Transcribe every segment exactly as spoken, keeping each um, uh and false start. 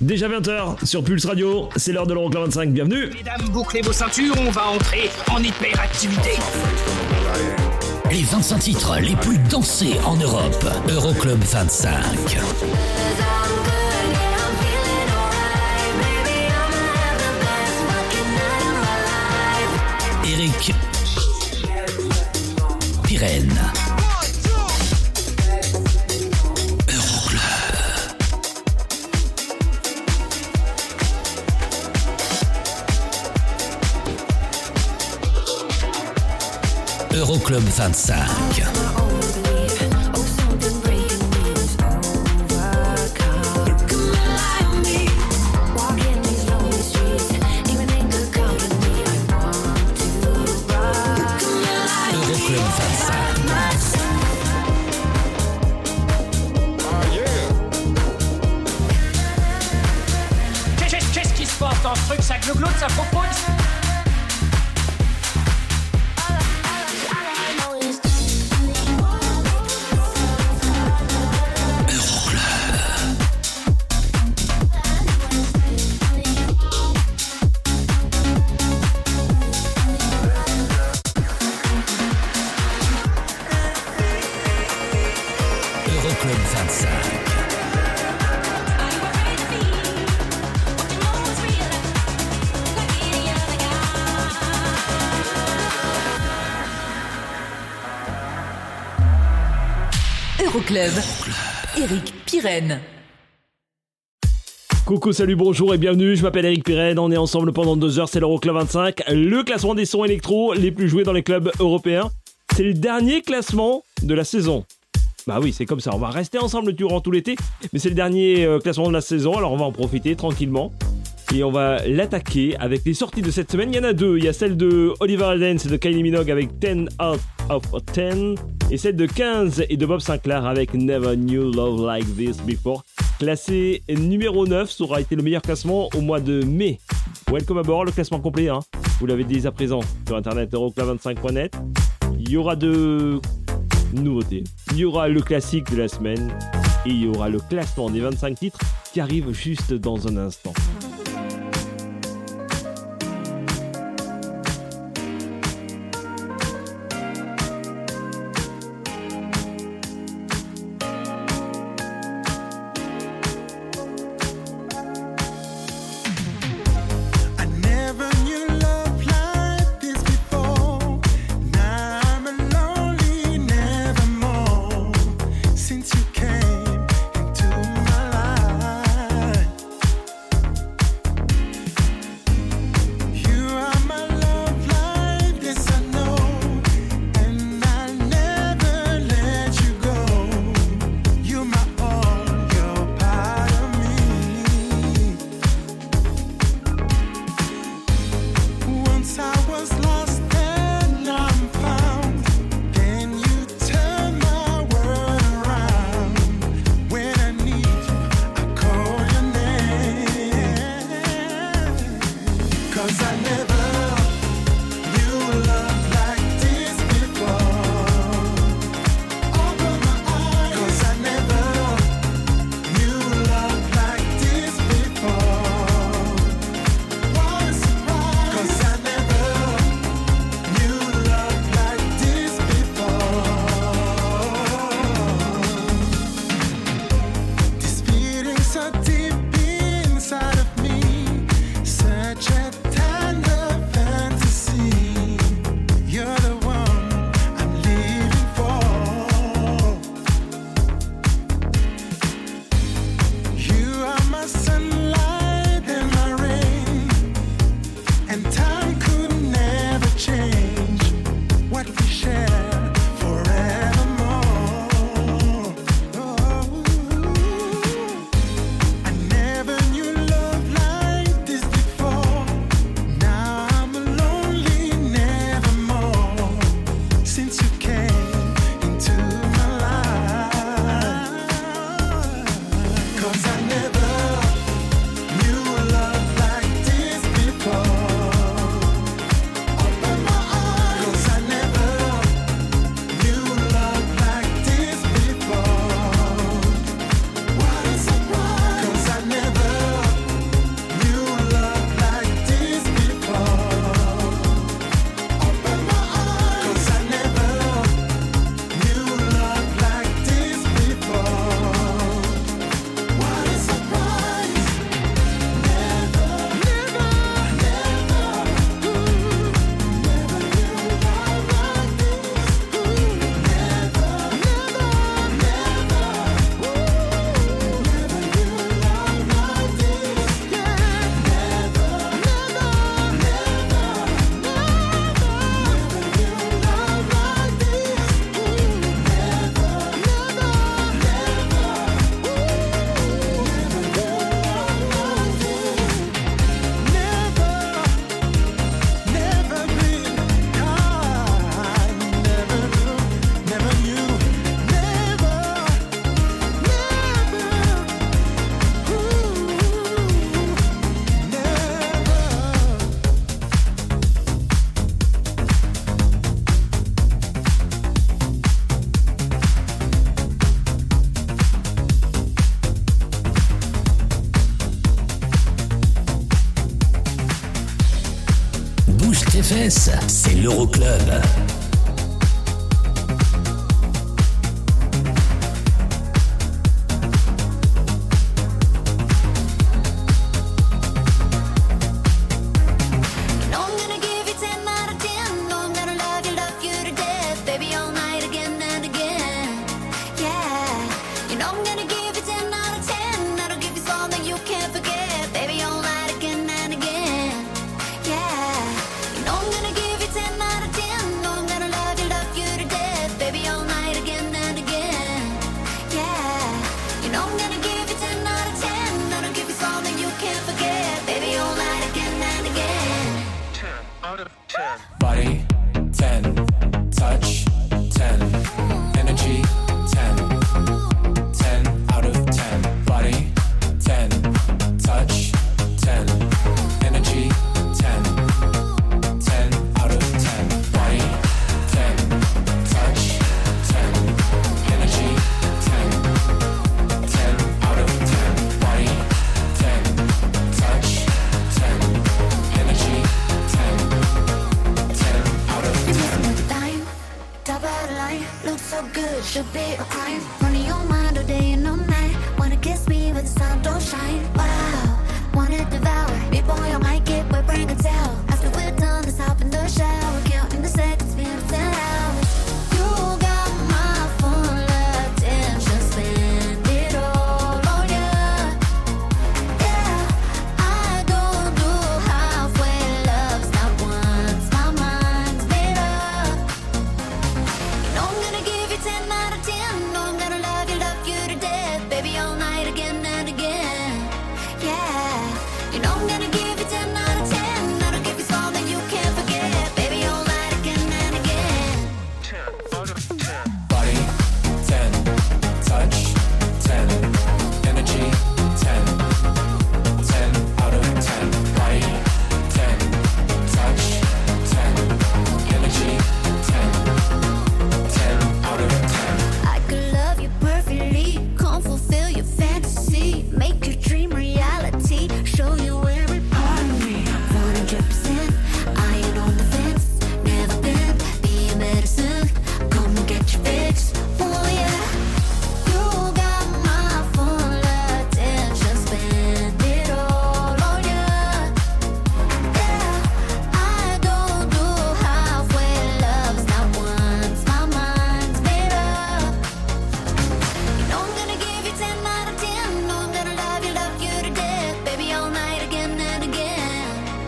Déjà vingt heures sur Pulse Radio, c'est l'heure de l'Euroclub vingt-cinq, bienvenue. Mesdames, bouclez vos ceintures, on va entrer en hyperactivité. Les vingt-cinq titres les plus dansés en Europe. Euroclub vingt-cinq. Eric Pirenne. Euroclub vingt-cinq. Qu'est-ce qui se passe dans ce truc? Ça glougloute, ça propose? Euroclub, Eric Pirenne. Coucou, salut, bonjour et bienvenue, je m'appelle Eric Pirenne, on est ensemble pendant deux heures, c'est l'Euroclub vingt-cinq, le classement des sons électro les plus joués dans les clubs européens. C'est le dernier classement de la saison. Bah oui, c'est comme ça, on va rester ensemble durant tout l'été, mais c'est le dernier euh, classement de la saison, alors on va en profiter tranquillement. Et on va l'attaquer avec les sorties de cette semaine. Il y en a deux. Il y a celle de Oliver Heldens et de Kylie Minogue avec ten out of ten. Et celle de quinze et de Bob Sinclair avec Never Knew Love Like This Before. Classé numéro neuf, ça aura été le meilleur classement au mois de mai. Welcome aboard, le classement complet. Hein. Vous l'avez dit à présent sur internet euroclub vingt-cinq point net. Il y aura deux nouveautés. Il y aura le classique de la semaine. Et il y aura le classement des vingt-cinq titres qui arrive juste dans un instant. ses fesses, c'est l'Euroclub. Body, ten. Touch, ten. Energy, ten. ten out of ten. Body, ten. Touch, ten. Energy, ten. ten out of ten. Body, ten. Touch, ten. Energy, ten. ten out of ten. Body, ten. Touch, ten. Energy, ten. Top of the line, looks so good, should be a crime. Running your mind all day and all night. Wanna kiss me with the sun don't shine. Wow, wanna devour. Big boy, I might get wet, bring a towel. After we're done, let's hop in the shower. Counting the seconds, been ten hours. You got my full attention, spend it all on you. Yeah, I don't do halfway loves, not once. My mind's made up. I'm gonna give you ten out of ten. No, I'm gonna love you, love you to death. Baby, all night again and again. Yeah, you know I'm gonna give you ten out of ten. That'll give you something you can't forget. Baby, all night again and again. ten out of ten. Body, ten. Touch, ten. Energy, ten. ten out of ten. Body, ten. Touch, ten. Energy, ten. ten out of ten. I could love you perfectly, come fulfill your fantasy, make your dream reality, show you every part of me. one hundred percent, I ain't on the fence, never been, be a medicine, come and get your fix. Oh yeah, you got my full attention, spend it all on you. Yeah, I don't do halfway loves, not once. My mind's made up. You know I'm gonna give you ten out of ten. No, I'm gonna love you, love you to death. Baby, all night again and again.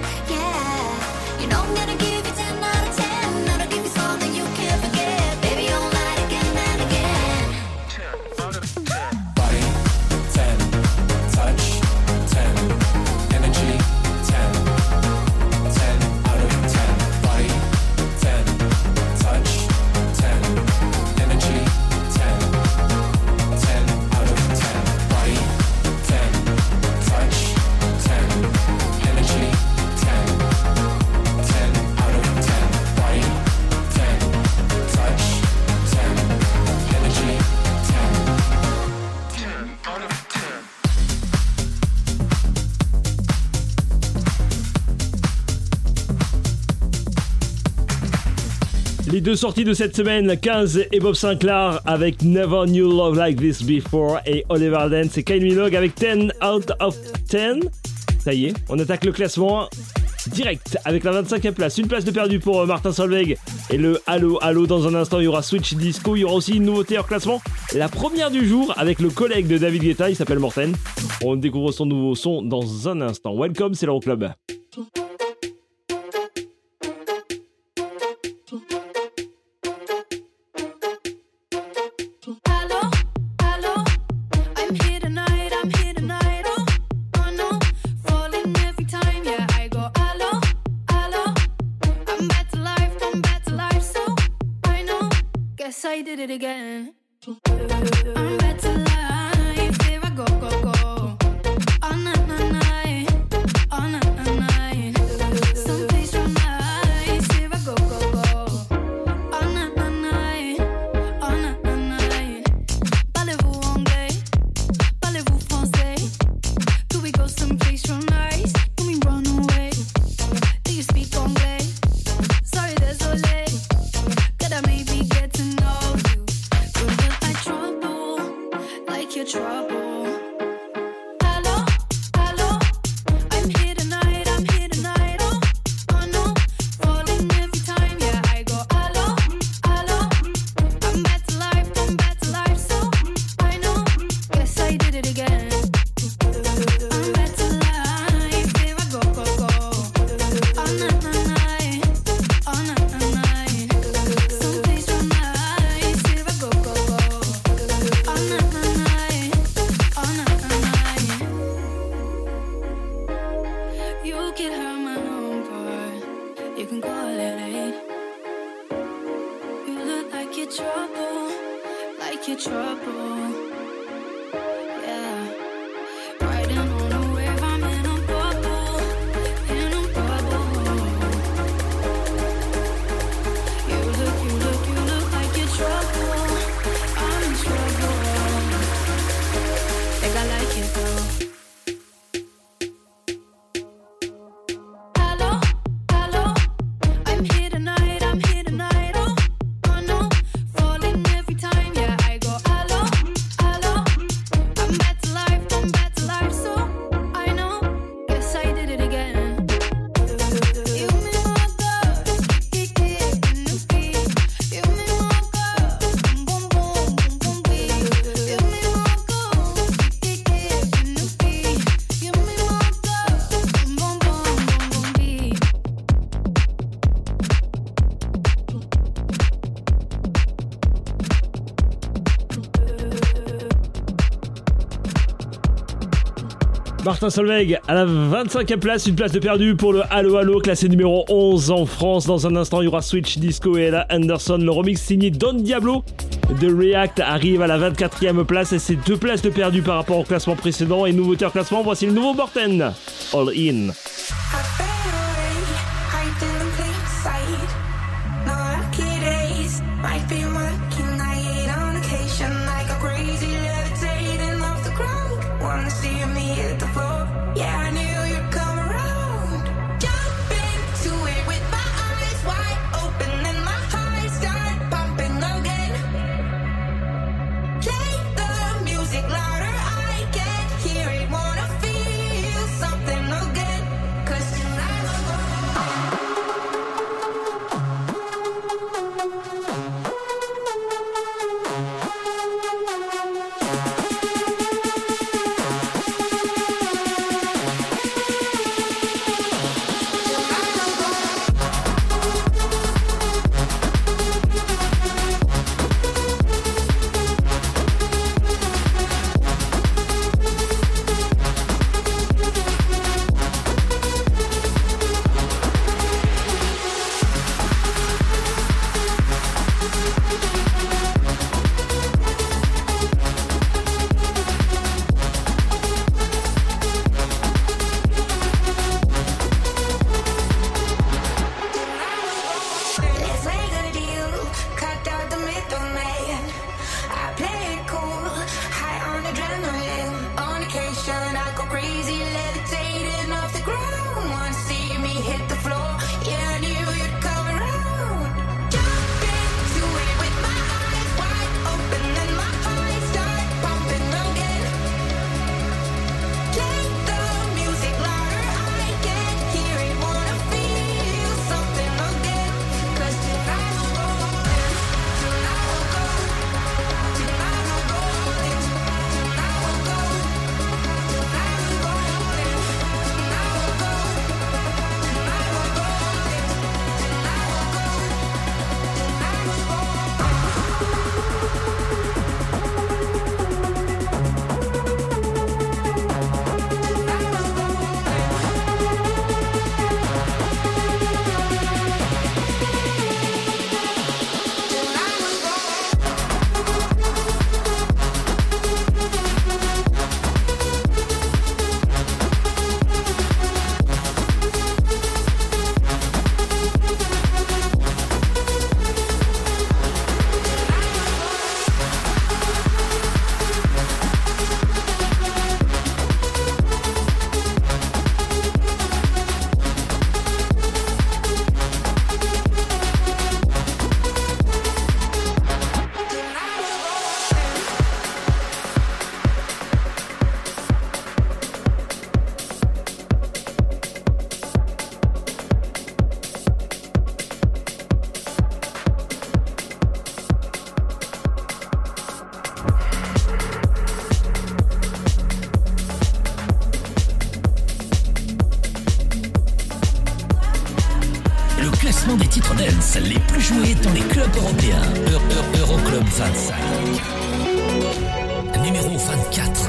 Yeah, you know I'm gonna give you ten out of ten. That'll give you something you can't forget. Baby, all night again and again. ten out of ten. Body, ten. Touch, ten. Energy, ten. ten out of ten. Body, ten. Touch, ten. Energy, ten. ten out of ten. Body, ten. Touch, ten. Energy, ten. ten out of ten. Body, ten. Touch, ten. Energy, ten. ten out of ten. Les deux sorties de cette semaine, quinze et Bob Sinclair avec Never Knew Love Like This Before et Oliver Dance et Kylie Minogue avec ten out of ten. Ça y est, on attaque le classement direct avec la vingt-cinquième place. Une place de perdu pour euh, Martin Solveig et le Allo Allo. Dans un instant, il y aura Switch Disco. Il y aura aussi une nouveauté hors classement. La première du jour avec le collègue de David Guetta, il s'appelle Morten. On découvre son nouveau son dans un instant. Welcome, c'est l'Euroclub. Hello, hello, I'm here tonight, I'm here tonight. Oh, oh no, falling every time. Yeah, I go hello, hello. I'm back to life, I'm back to life. So I know, guess I did it again. I'm back to life. Here I go, go, go. All night, night, night. All night, night, night. Someplace real nice. Here I go, go, go. All night, night, night. All night, night, night. Parlez-vous anglais? Parlez-vous français? Could we go someplace real nice? Can we run away? Do you speak anglais? your trouble. Yeah, riding on a wave, I'm in a bubble, in a bubble. You look, you look, you look like you're trouble. I'm in trouble. Think I like it though. Martin Solveig à la vingt-cinquième place, une place de perdu pour le Allo Allo, classé numéro onze en France. Dans un instant, il y aura Switch Disco et Ella Anderson. Le remix signé Don Diablo de React arrive à la vingt-quatrième place et c'est deux places de perdu par rapport au classement précédent. Et nouveauté en classement, voici le nouveau Morten, All In. classement des titres dance les plus joués dans les clubs européens. Euro, Euro, Euroclub vingt-cinq. Numéro vingt-quatre.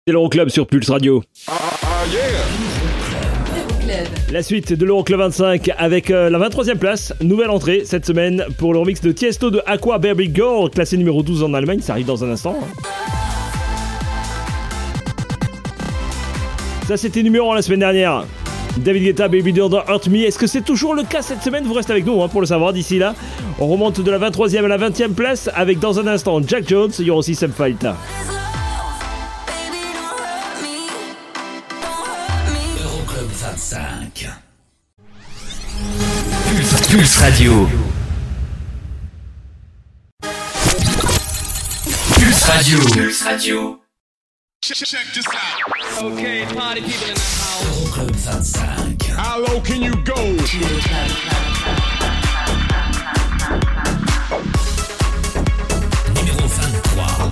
C'est l'Euroclub sur Pulse Radio. Euroclub. La suite de l'Euroclub vingt-cinq avec euh, la vingt-troisième place, nouvelle entrée cette semaine pour le remix de Tiesto de Aqua Baby Girl, classé numéro douze en Allemagne, ça arrive dans un instant. Hein. Ça c'était numéro un la semaine dernière. David Guetta, Baby Don't Hurt Me. Est-ce que c'est toujours le cas cette semaine? Vous restez avec nous hein, pour le savoir. D'ici là, on remonte de la vingt-troisième à la vingtième place avec dans un instant Jack Jones. Il y aura aussi Sam Falta. Euroclub vingt-cinq. Pulse, Pulse Radio. Pulse Radio. Pulse Radio. Okay, party people in the house. Euroclub vingt-cinq. How low can you go? Numéro vingt-trois.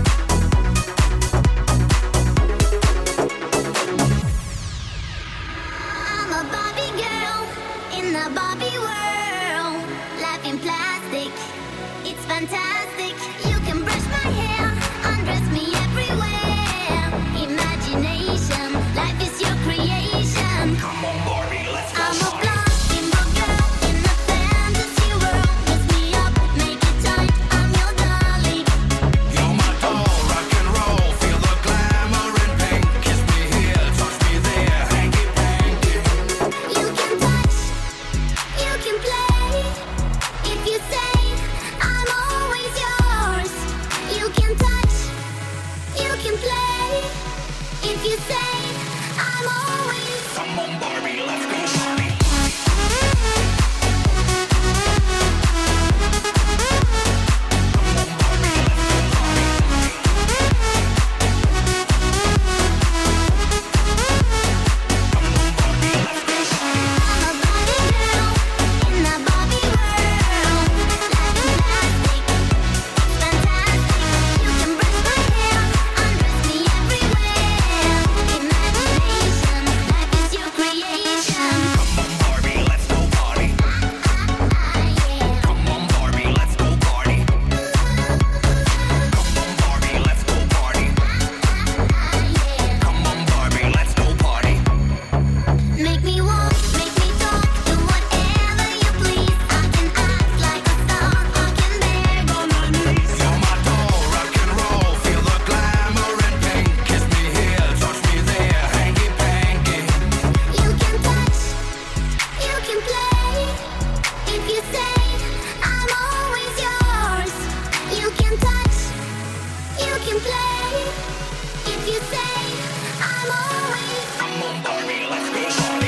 I'm a Barbie girl in the Barbie world. Life in plastic, it's fantastic. You can brush my hair, undress me everywhere. Imagination, life is your creation. Come on, Barbie, let's go. I'm a blonde bimbo girl in a fantasy world. Mix me up, make it tight. I'm your darling. You're my doll, rock and roll. Feel the glamour and pink. Kiss me here, touch me there, hanky panky. You can touch, you can play. If you say I'm always yours, you can touch, you can play. If you say I'm always. Come on, Barbie, let's go party. I'm a Barbie girl in the Barbie world. Life in plastic, it's fantastic. You can brush my hair, undress me everywhere. Imagination, life is your creation. Come on, Barbie, let's go party. Come on, Barbie, let's go party. Come on, Barbie, let's go party. Come on, Barbie, let's go party. Make me walk, make me talk, do whatever you please. I can act like a star, I can beg on my knees. You're my doll, rock and roll. Feel the glamour and pink. Kiss me here, touch me there, hanky panky. You can touch, you can play. If you say I'm always yours, you can touch, you can play. If you say I'm always. Come on, Barbie, let's go party.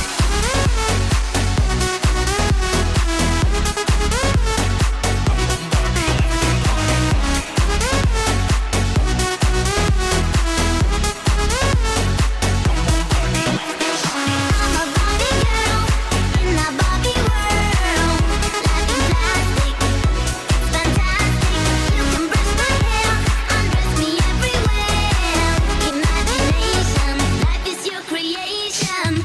I'm a Barbie girl in the Barbie world. Life in plastic, it's fantastic. You can brush my hair, undress me everywhere. Imagination, life is your creation.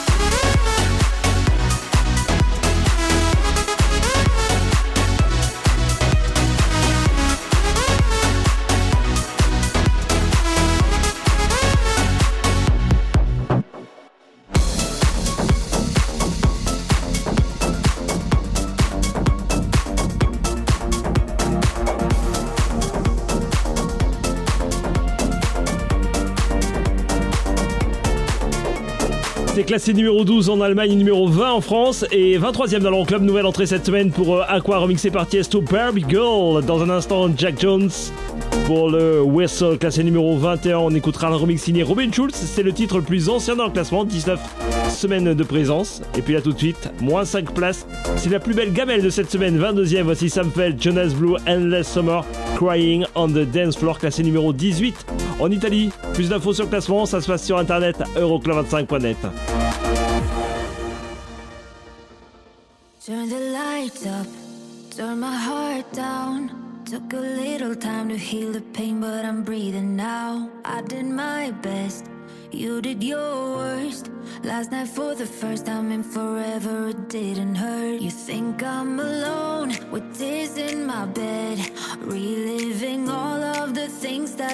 C'est classé numéro douze en Allemagne, numéro vingt en France et vingt-troisième dans l'Euroclub. Nouvelle entrée cette semaine pour euh, Aqua remixé par Tiesto, Barbie Girl. Dans un instant, Jack Jones pour le Whistle, classé numéro vingt et un. On écoutera le remix signé Robin Schulz. C'est le titre le plus ancien dans le classement, dix-neuf semaines de présence. Et puis là tout de suite, moins cinq places. C'est la plus belle gamelle de cette semaine, vingt-deuxième. Voici Sam Feld, Jonas Blue, Endless Summer, Crying on the Dance Floor, classé numéro dix-huit en Italie. Plus d'infos sur le classement, ça se passe sur internet, euroclub vingt-cinq point net. Turn the lights up, turn my heart down. Took a little time to heal the pain, but I'm breathing now. I did my best, you did your worst. Last night for the first time in forever, it didn't hurt. You think I'm alone, with tears in my bed, reliving all of the things that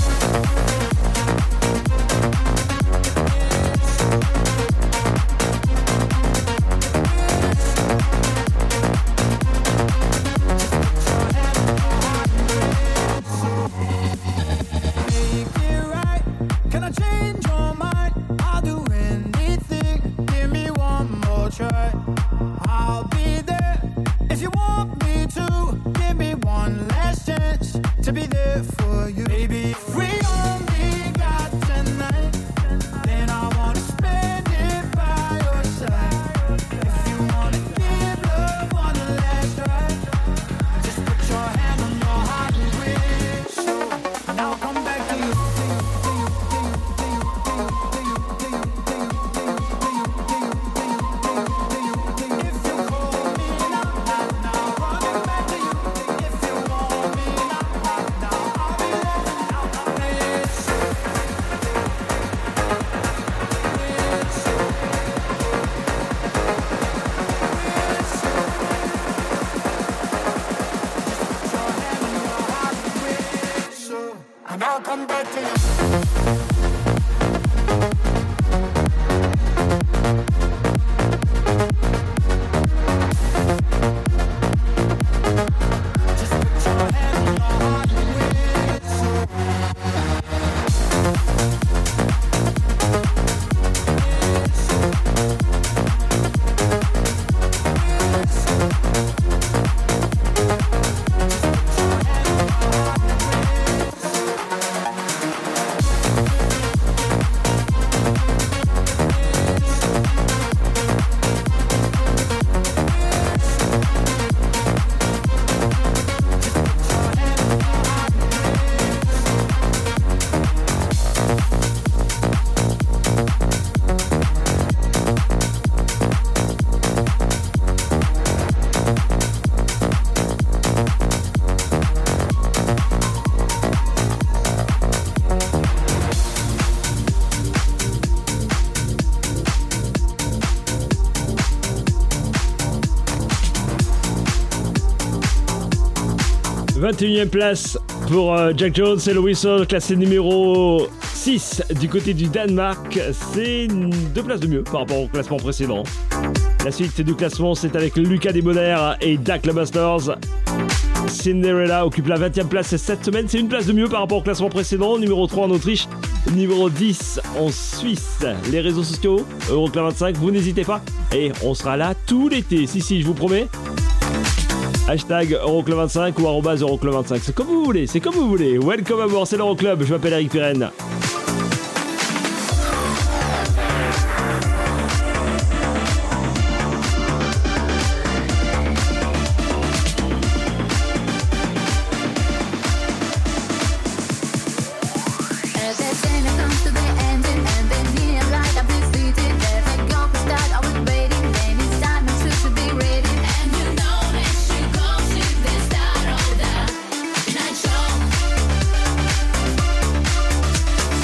me one last chance to be there for you. Baby, if we only got tonight, then I wanna spend it by your side. If you wanna give love on the last ride, just put your hand on your heart and wish. So, and I'll come back to you. And I'll come back to you. vingt et unième place pour euh, Jack Jones et le Whistle, classé numéro six du côté du Danemark. C'est deux places de mieux par rapport au classement précédent. La suite du classement, c'est avec Lucas Debonair et Dak Masters. Cinderella occupe la vingtième place cette semaine. C'est une place de mieux par rapport au classement précédent. Numéro trois en Autriche, numéro dix en Suisse. Les réseaux sociaux, Euroclub vingt-cinq, vous n'hésitez pas. Et on sera là tout l'été. Si, si, je vous promets. Hashtag Euroclub vingt-cinq ou arobase Euroclub vingt-cinq. C'est comme vous voulez, c'est comme vous voulez. Welcome à bord, c'est l'Euroclub. Je m'appelle Eric Pirenne. Night show.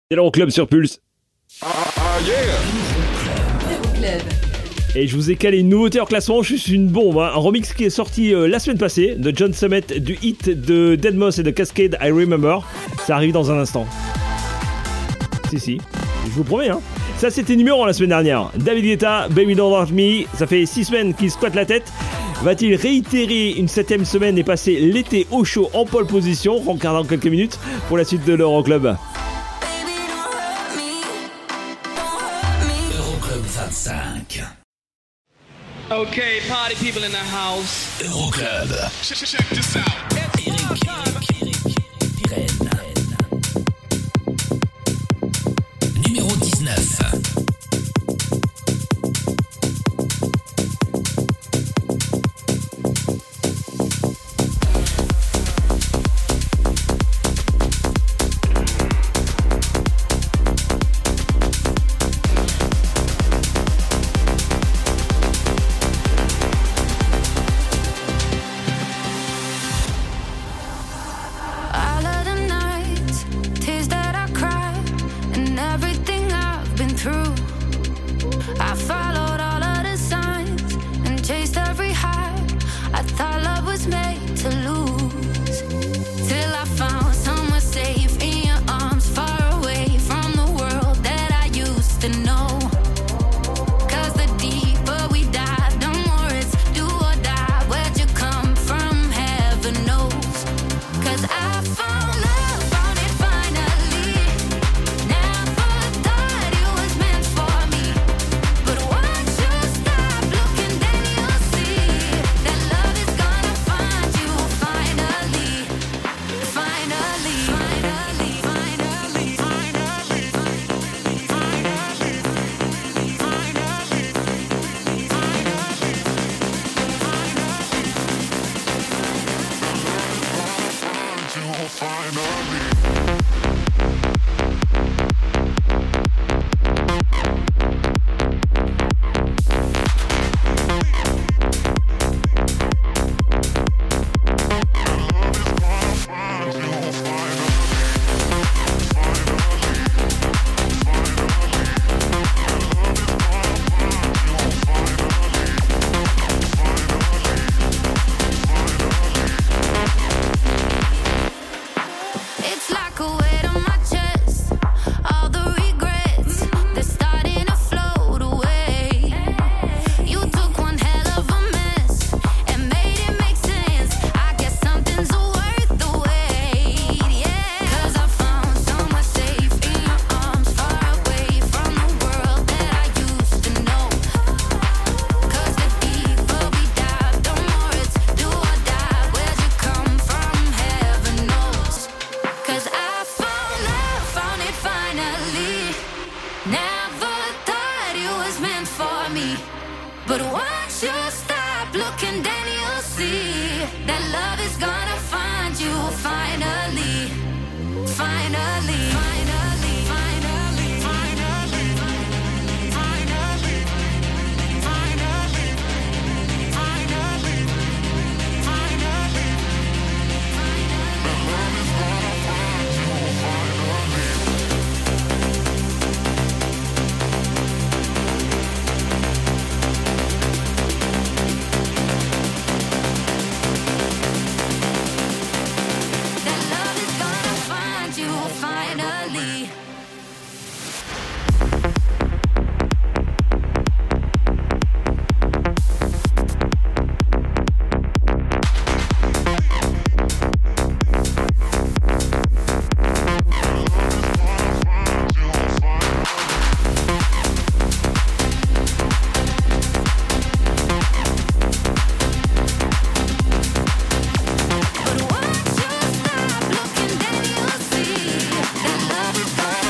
C'est l'Euroclub sur Pulse. Ah, ah, yeah. Euroclub. Et je vous ai calé une nouveauté en classement, juste une bombe, hein. Un remix qui est sorti euh, la semaine passée de John Summit du hit de deadmau cinq et de Cascade, I Remember. Ça arrive dans un instant. Si, si, je vous promets, hein. Ça, c'était numéro un la semaine dernière. David Guetta, Baby Don't Hurt Me. Ça fait six semaines qu'il squatte la tête. Va-t-il réitérer une septième semaine et passer l'été au chaud en pole position? On regarde dans quelques minutes pour la suite de l'Euroclub. Euroclub vingt-cinq. Okay, party people in the house. Euroclub. Check, check this out. Eric, Eric, Eric, Pirenne. Numéro dix-neuf. But won't you stop looking, then you'll see that love is gonna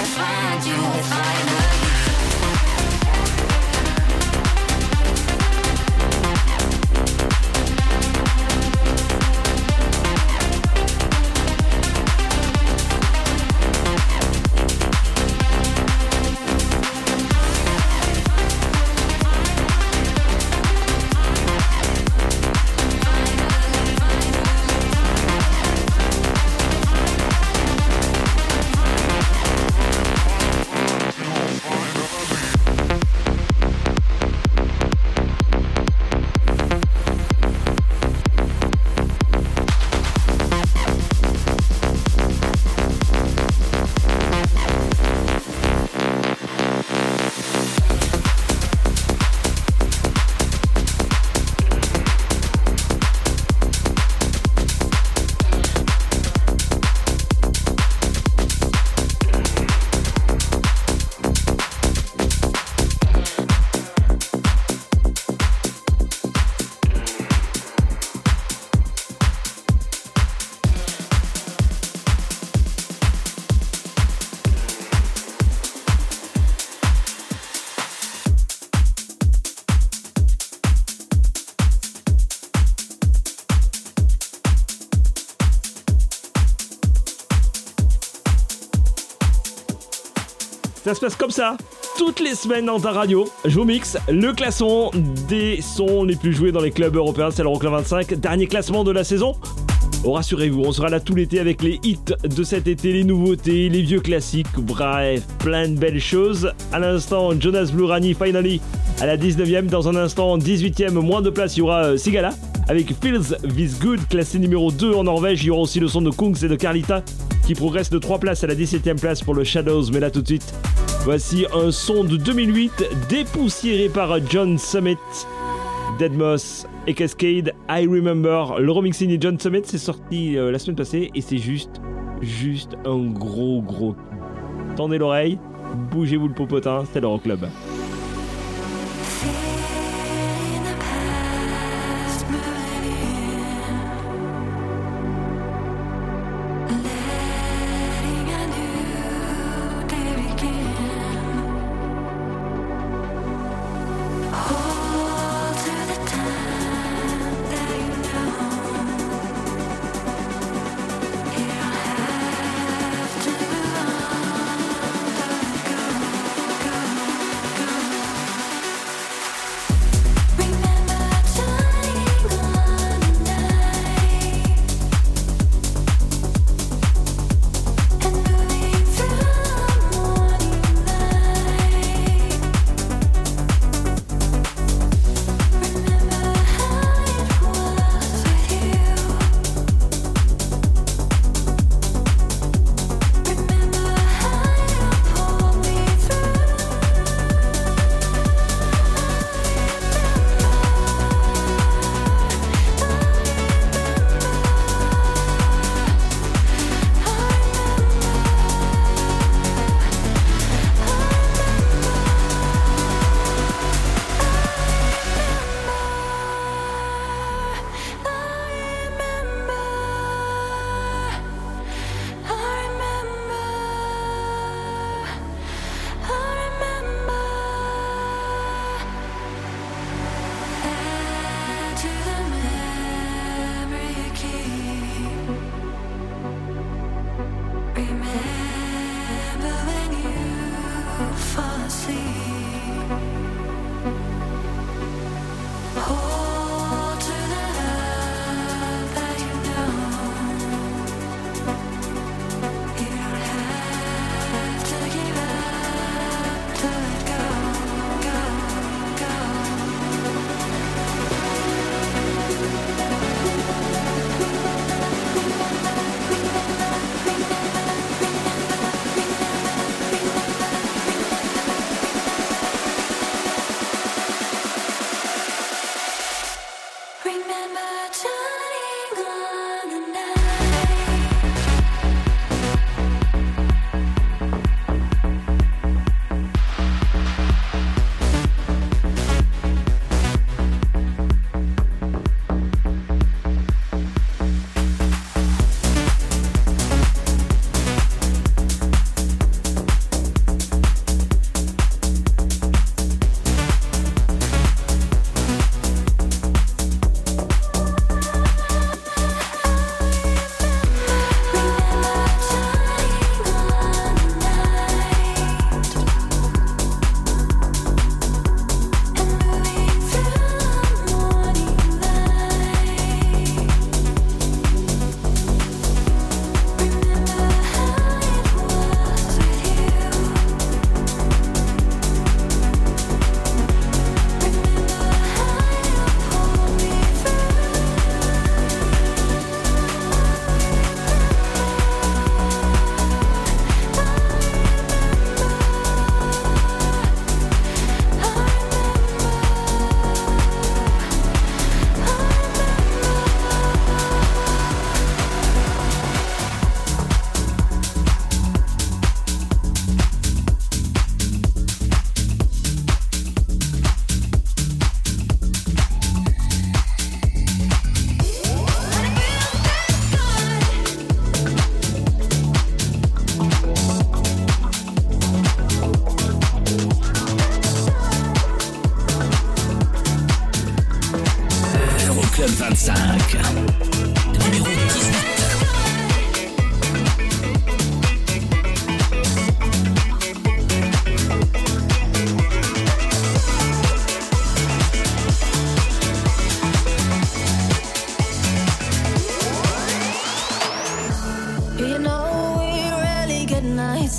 Ça se passe comme ça, toutes les semaines dans ta radio. Je vous mixe le classement des sons les plus joués dans les clubs européens. C'est l'Euroclub vingt-cinq, dernier classement de la saison. Oh, rassurez-vous, on sera là tout l'été avec les hits de cet été, les nouveautés, les vieux classiques, bref, plein de belles choses. À l'instant, Jonas Blue Rani, Finally, à la dix-neuvième. Dans un instant, dix-huitième, moins de place, il y aura euh, Sigala avec Feels This Good, classé numéro deux en Norvège. Il y aura aussi le son de Kungs et de Carlita qui progresse de trois places à la dix-septième place pour le Shadows. Mais là tout de suite, voici un son de deux mille huit dépoussiéré par John Summit, Deadmau5 et Cascade, I Remember. Le remixing de John Summit, c'est sorti euh, la semaine passée et c'est juste, juste un gros gros coup. Tendez l'oreille, bougez-vous le popotin, c'est l'Euroclub. Go.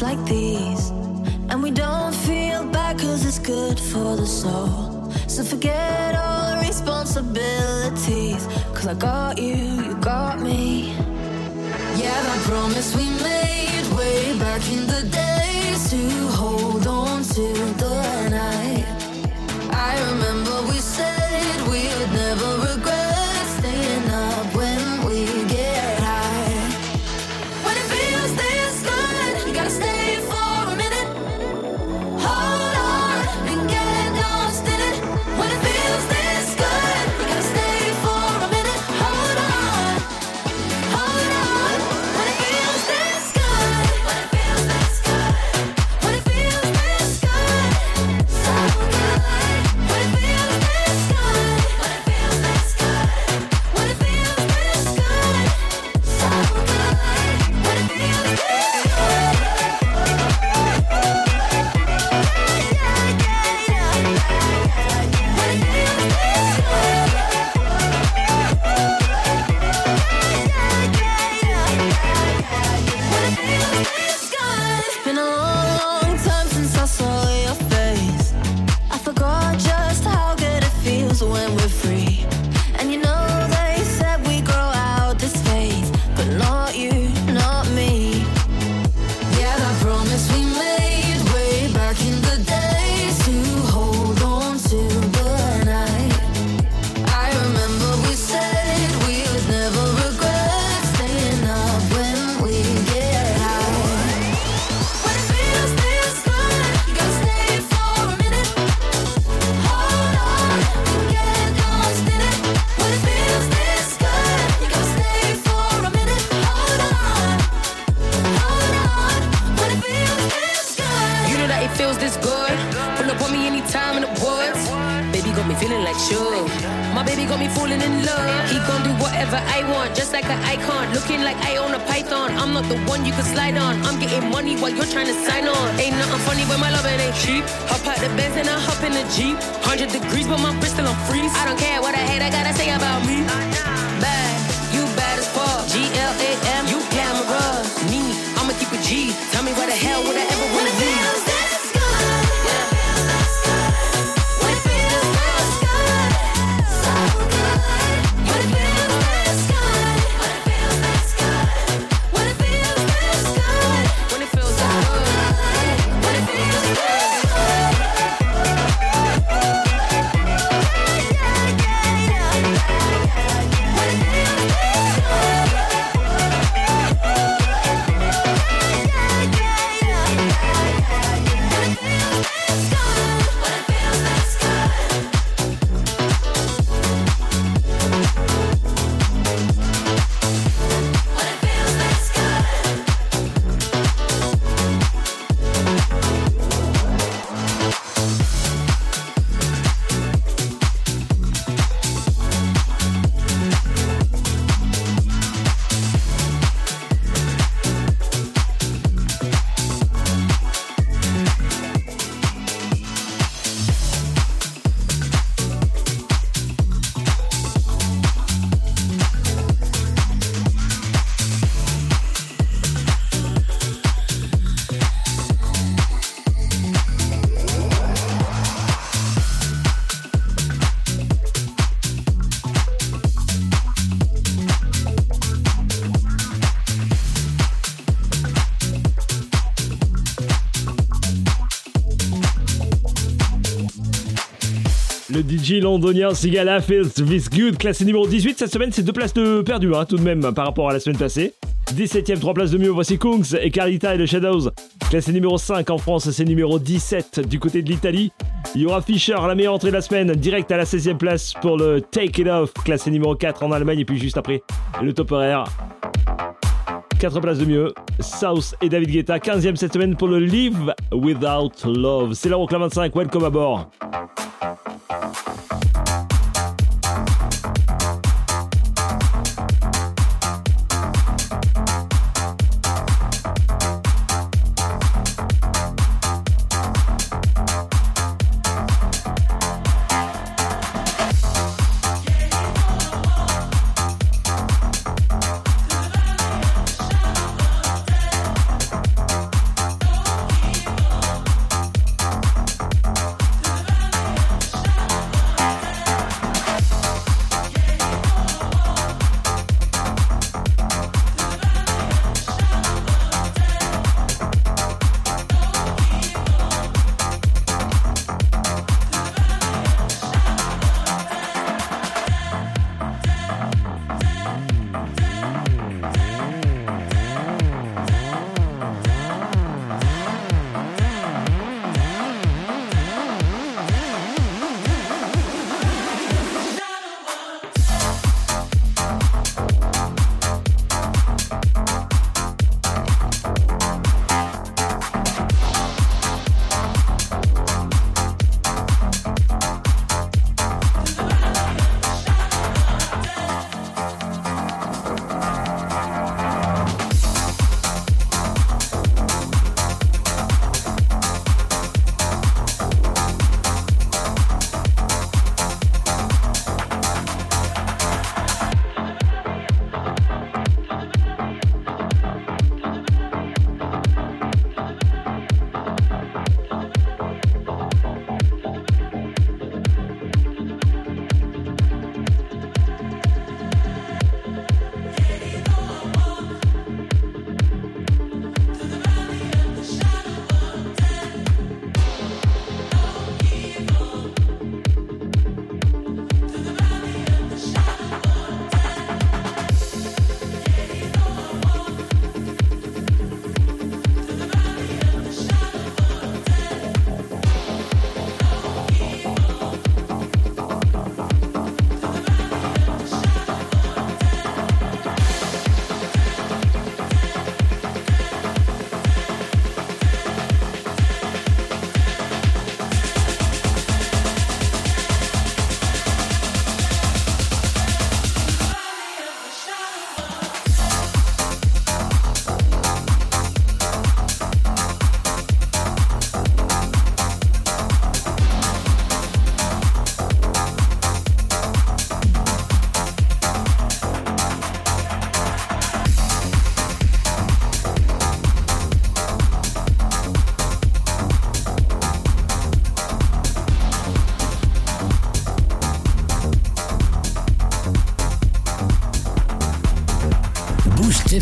like these. And we don't feel bad cause it's good for the soul. So forget all the responsibilities, cause I got you, you got me. Yeah, that promise we made way back in the days to hold on to the night. I remember we said we would never regret staying up when we get high. When it feels this good, you gotta stay for a minute. Hold on and get lost in it. When it feels this good, you gotta stay for a minute. Hold on, hold on. When it feels this good, when it feels this good, when it feels this good, so good. When it feels this good, when it feels this good, when it feels this good, so good. When it feels this It's been a long time since I saw your face. I forgot just how good it feels when we're free. And you know they said we grow out this phase, but not you, not me. Yeah, that promise we made way back in the days to hold on to the night. I remember we said we would never regret staying up when we get high. When it feels this good, you gotta stay for a minute. Hold on and get lost in it. When it feels this good, you gotta stay for a minute. Hold on, hold on. When it feels this good, You know that it feels this good. Pull up on me anytime in the woods. Baby got me feeling like sure. My baby got me falling in love. He gon' do whatever I want, just like an icon. Looking like I own a python. I'm not the one you can slide on. I'm getting money while you're trying to sign on. Ain't nothing funny when my loving ain't cheap. Hop out the Benz and I hop in the Jeep. Hundred degrees, but my wrist still on freeze. I don't care what I hate, I gotta say about me. Bad, you bad as fuck. G L A M, you glamorous. Me, I'ma keep it G. Tell me where the hell would I ever wanna be? feels this good. When it feels this good, when it feels this good, so good. When it feels this good, when it feels this good, when it feels this good, When it feels so good. when it feels this good. Le D J londonien Sigala Feels This Good, classé numéro dix-huit. Cette semaine, c'est deux places de perdu, hein, tout de même, par rapport à la semaine passée. dix-septième, trois places de mieux. Voici Kungs et Carlita et The Shadows. Classé numéro cinq en France, c'est numéro dix-sept du côté de l'Italie. Il y aura Fischer, la meilleure entrée de la semaine, direct à la seizième place pour le Take It Off, classé numéro quatre en Allemagne. Et puis juste après, le top horaire. quatre places de mieux. South et David Guetta, quinzième cette semaine pour le Live Without Love. C'est l'Euroclub vingt-cinq, welcome à bord.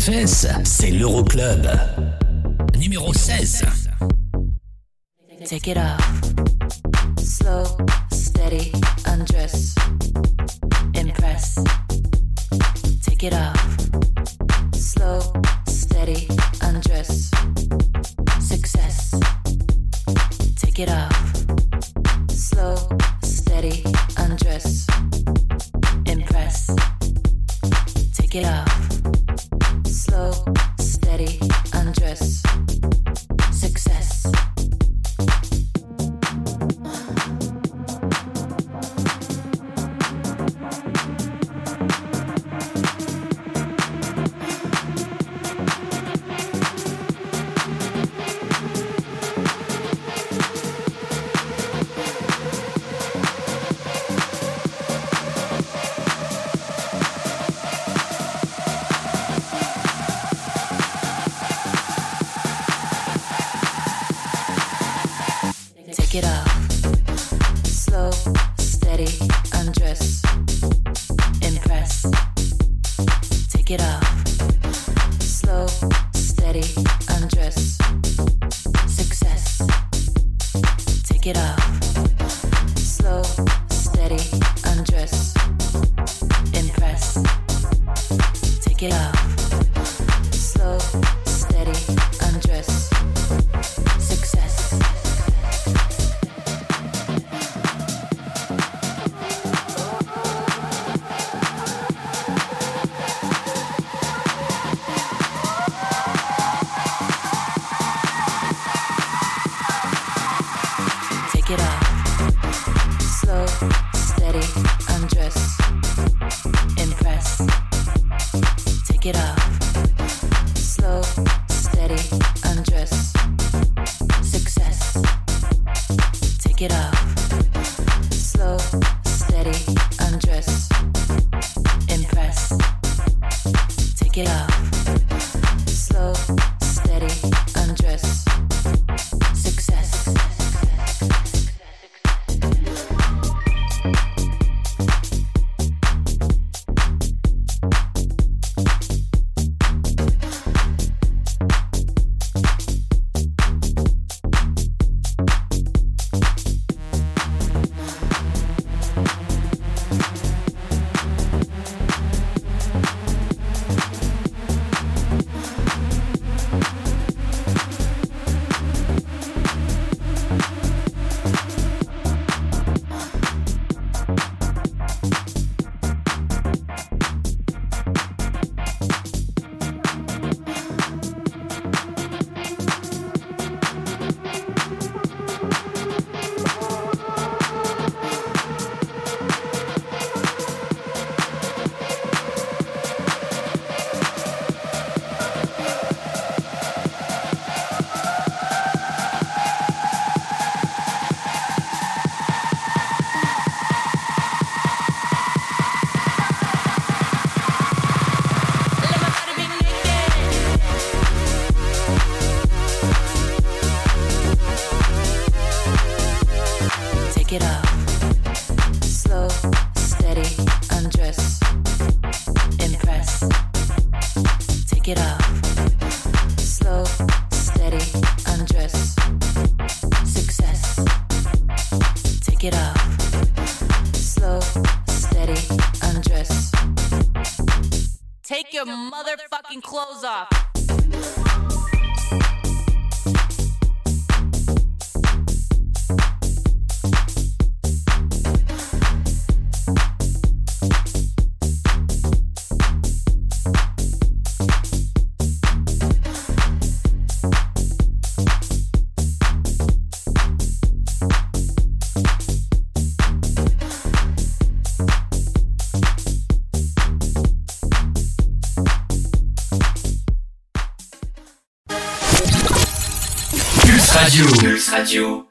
fesses, c'est l'Euroclub. Numéro seize. Take it off. Slow, steady, undress. Impress. Take it off. Slow, steady, undress. Success. Take it off. Slow, steady, undress. Impress. Take it off. Slow, steady, undress. Success. Take it off. Slow, steady, undress. Impress. Take it off. Slow, steady, undress. Success. Take it off. Slow, steady, undress. Impress. Take it off. Slow, steady, undress. Success. Take it off. Slow, steady, undress. Impress. Take it off. Slow, steady, undress. Success. Take it off. Slow, steady, undress. Impress. Take it off. Slow, steady, undress. Success. Take it off. Slow, steady, undress. Impress. Take it off. Slow, steady, undress. Success. Take it off. Slow, steady, undress. Take your motherfucking clothes off. Radio. Pulse Radio.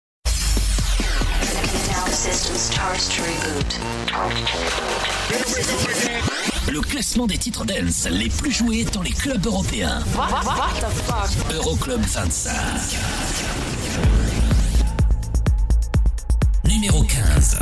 Le classement des titres dance les plus joués dans les clubs européens. What, what, what the fuck? Euroclub vingt-cinq. Numéro quinze.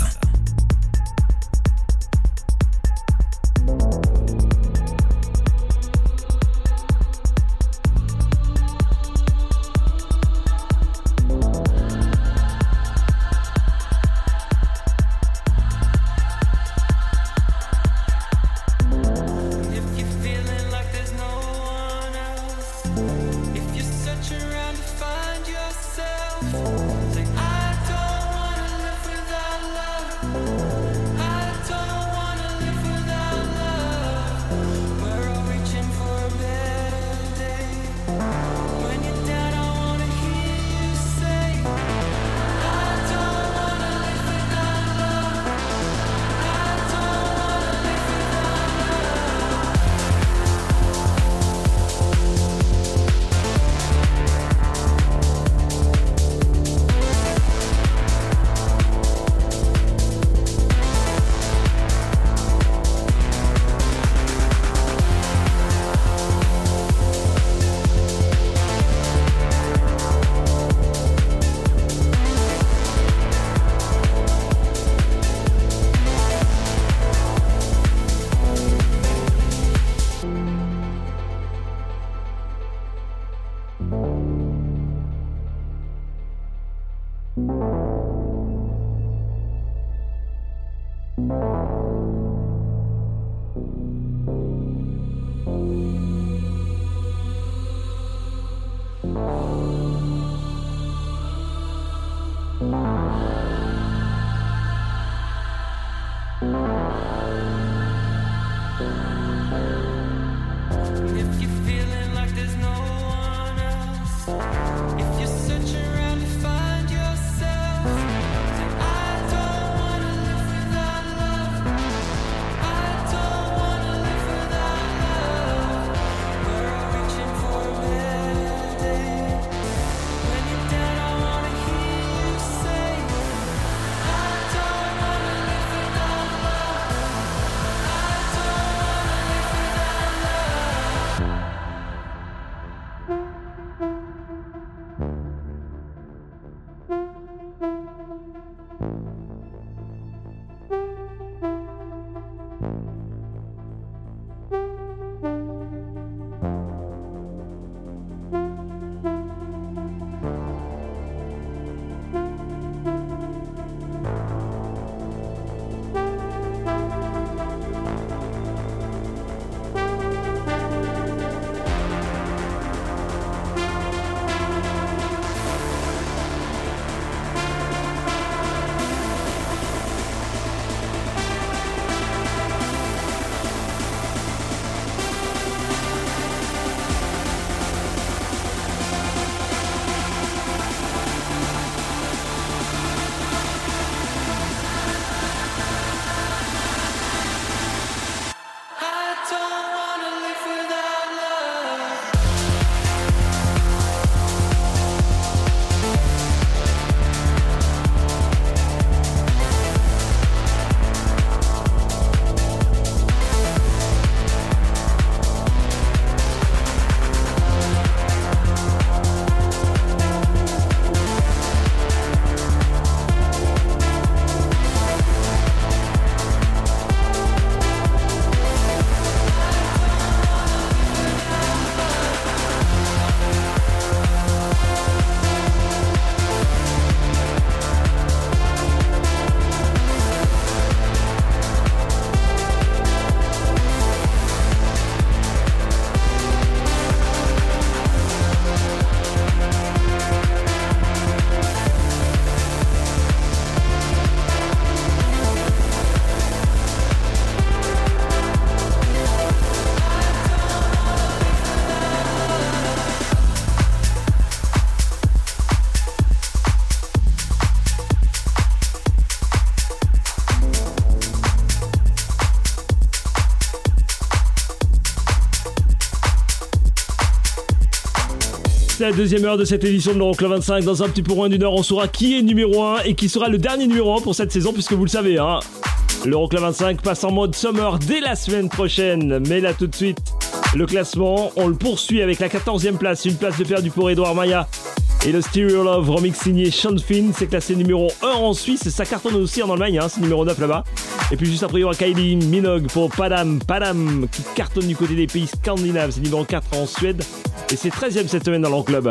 C'est la deuxième heure de cette édition de l'Euroclub vingt-cinq. Dans un petit peu moins d'une heure, on saura qui est numéro un et qui sera le dernier numéro un pour cette saison, puisque vous le savez, hein, l'Euroclub vingt-cinq passe en mode summer dès la semaine prochaine. Mais là, tout de suite, le classement, on le poursuit avec la quatorzième place, une place de perdu pour Edouard Maya. Et le Stereo Love remix signé Sean Finn, c'est classé numéro un en Suisse, ça cartonne aussi en Allemagne, hein, c'est numéro neuf là-bas. Et puis juste après, il y aura Kylie Minogue pour Padam Padam qui cartonne du côté des pays scandinaves, c'est numéro quatre en Suède. Et c'est treizième cette semaine dans l'Euroclub.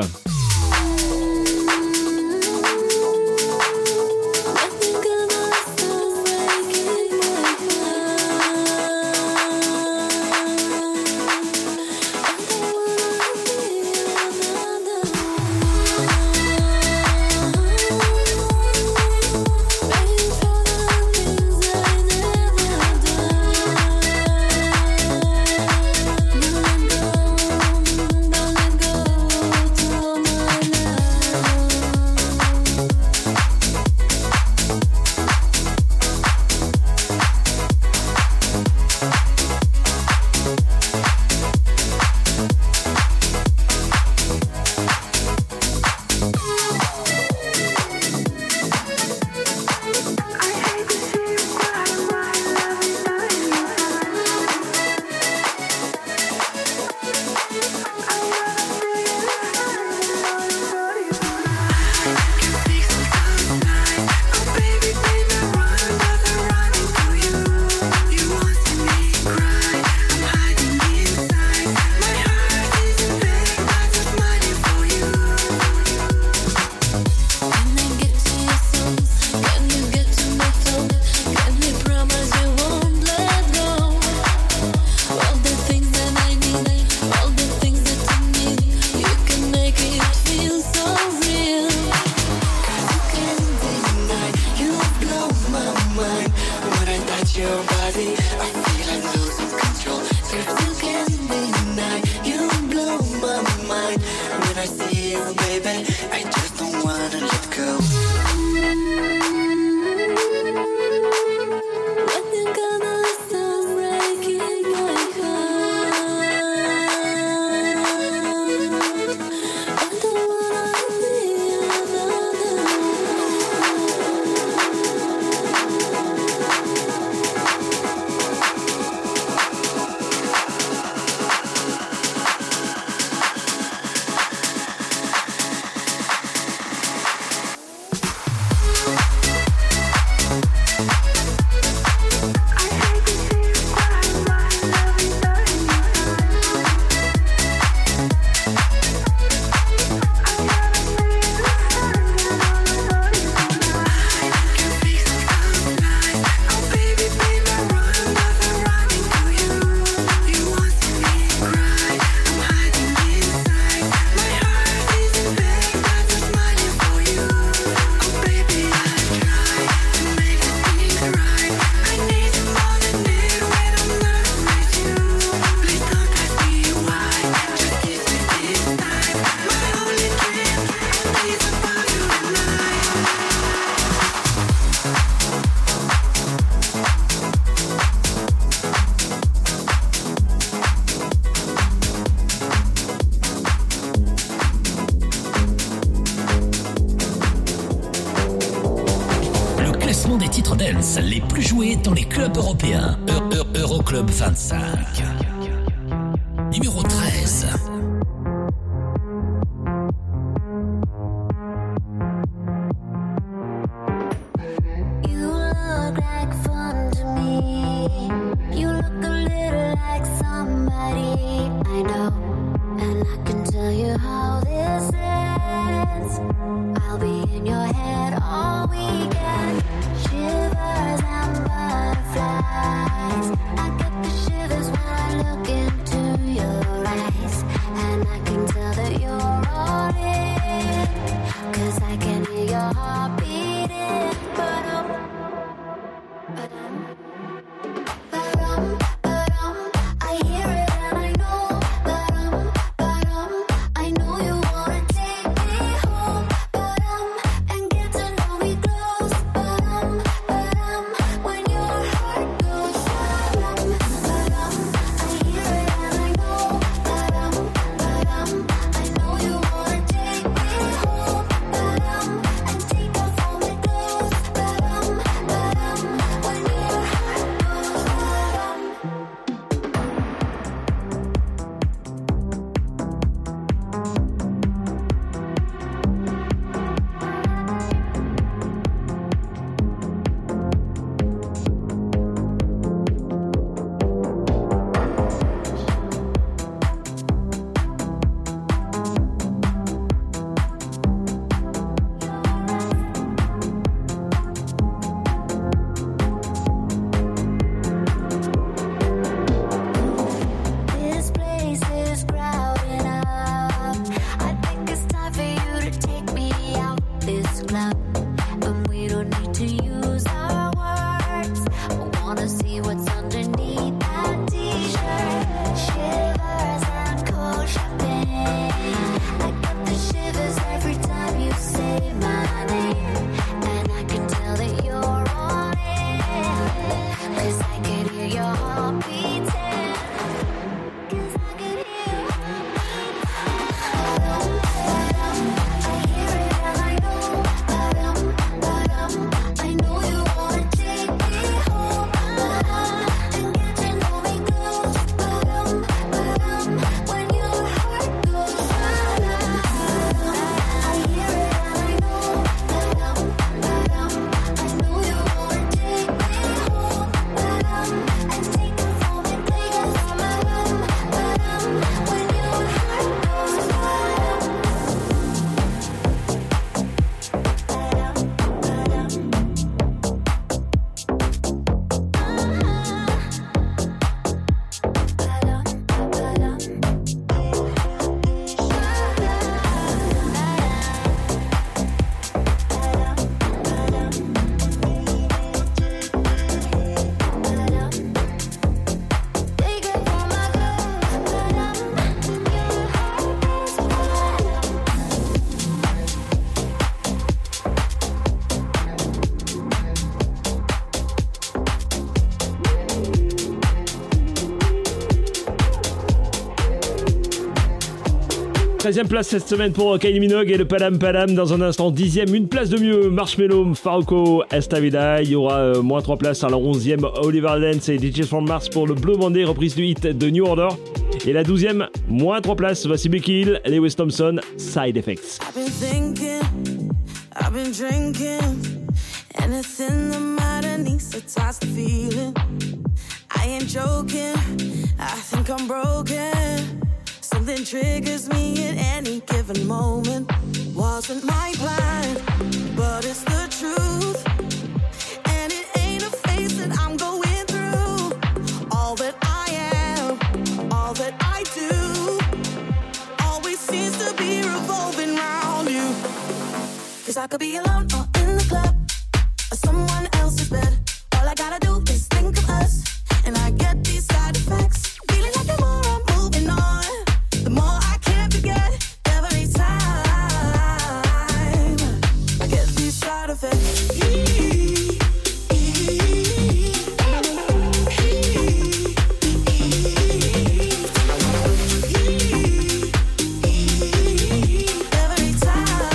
I just don't wanna let go. Des titres dance les plus joués dans les clubs européens. E- E- Euroclub vingt-cinq. Numéro treize. You look like fun to me. You look a little like somebody I know. And I can tell you how this ends. I'll be in your head all weekend. Shivers and butterflies. I get the shivers when I look into your eyes. And I can tell that you're all in. Cause I can hear your heart beating. Ba-dum, ba-dum, ba-dum, ba-dum. I hear it and I know. Ba-dum, ba-dum. I know you wanna take me home. Ba-dum, and get to know me close. Ba-dum, ba-dum. When your heart goes ba-dum, ba-dum. I hear it and I know. Ba-dum, ba-dum. I know you wanna take me home. Ba-dum, and take off all my clothes. Ba-dum, ba-dum. When your heart goes ba-dum. This place is crowding up. I think it's time for you to take me out this club. And we don't need to use our words. I wanna see what's underneath that t-shirt. Shivers and cold champagne. I get the shivers every time you say my name. And I can tell that you're on it. Cause I can hear your heart beating. Cause I can hear ba-dum, ba-dum. I hear it and I know. Ba-dum, treizième place cette semaine pour Kylie Minogue et le Padam Padam. Dans un instant, dixième, une place de mieux, Marshmello, Farruko, Esta Vida. Il y aura euh, moins trois places. Alors onzième, Oliver Dance et D J from Mars pour le Blue Monday, reprise du hit de New Order. Et la douzième, moins trois places, voici Becky Hill, Lewis Thompson, Side Effects. I've been thinking, I've been drinking, anything the matter needs to touch the feeling. I ain't joking, I think I'm broken. Something triggers me at any given moment. Wasn't my plan, but it's the truth. And it ain't a phase that I'm going through. All that I am, all that I do, always seems to be revolving around you. Cause I could be alone or in the club, or someone else's bed. All I gotta do is think of us, and I get these side effects. Feeling like the more I'm moving on, the more I can't forget. Every time I get these side effects. Every time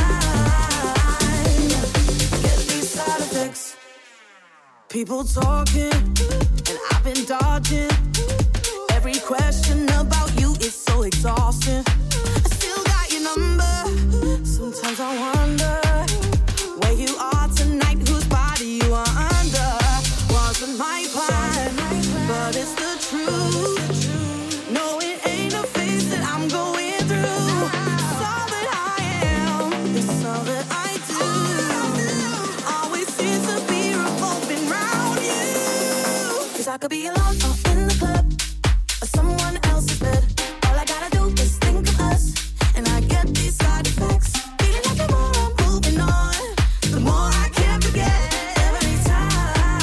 get these side effects. People talking, and I've been dodging. Every question about you is so exhausting. I still got your number. Sometimes I wonder where you are tonight, whose body you are under. Wasn't my plan, but it's the truth. No, it ain't a phase that I'm going through. It's all that I am, it's all that I do. Always seems to be revolving round you. Cause I could be alone or in the club, or someone else's bed. All I gotta do is think of us, and I get these side effects. Feeling like the more I'm moving on, the more I can't forget. Every time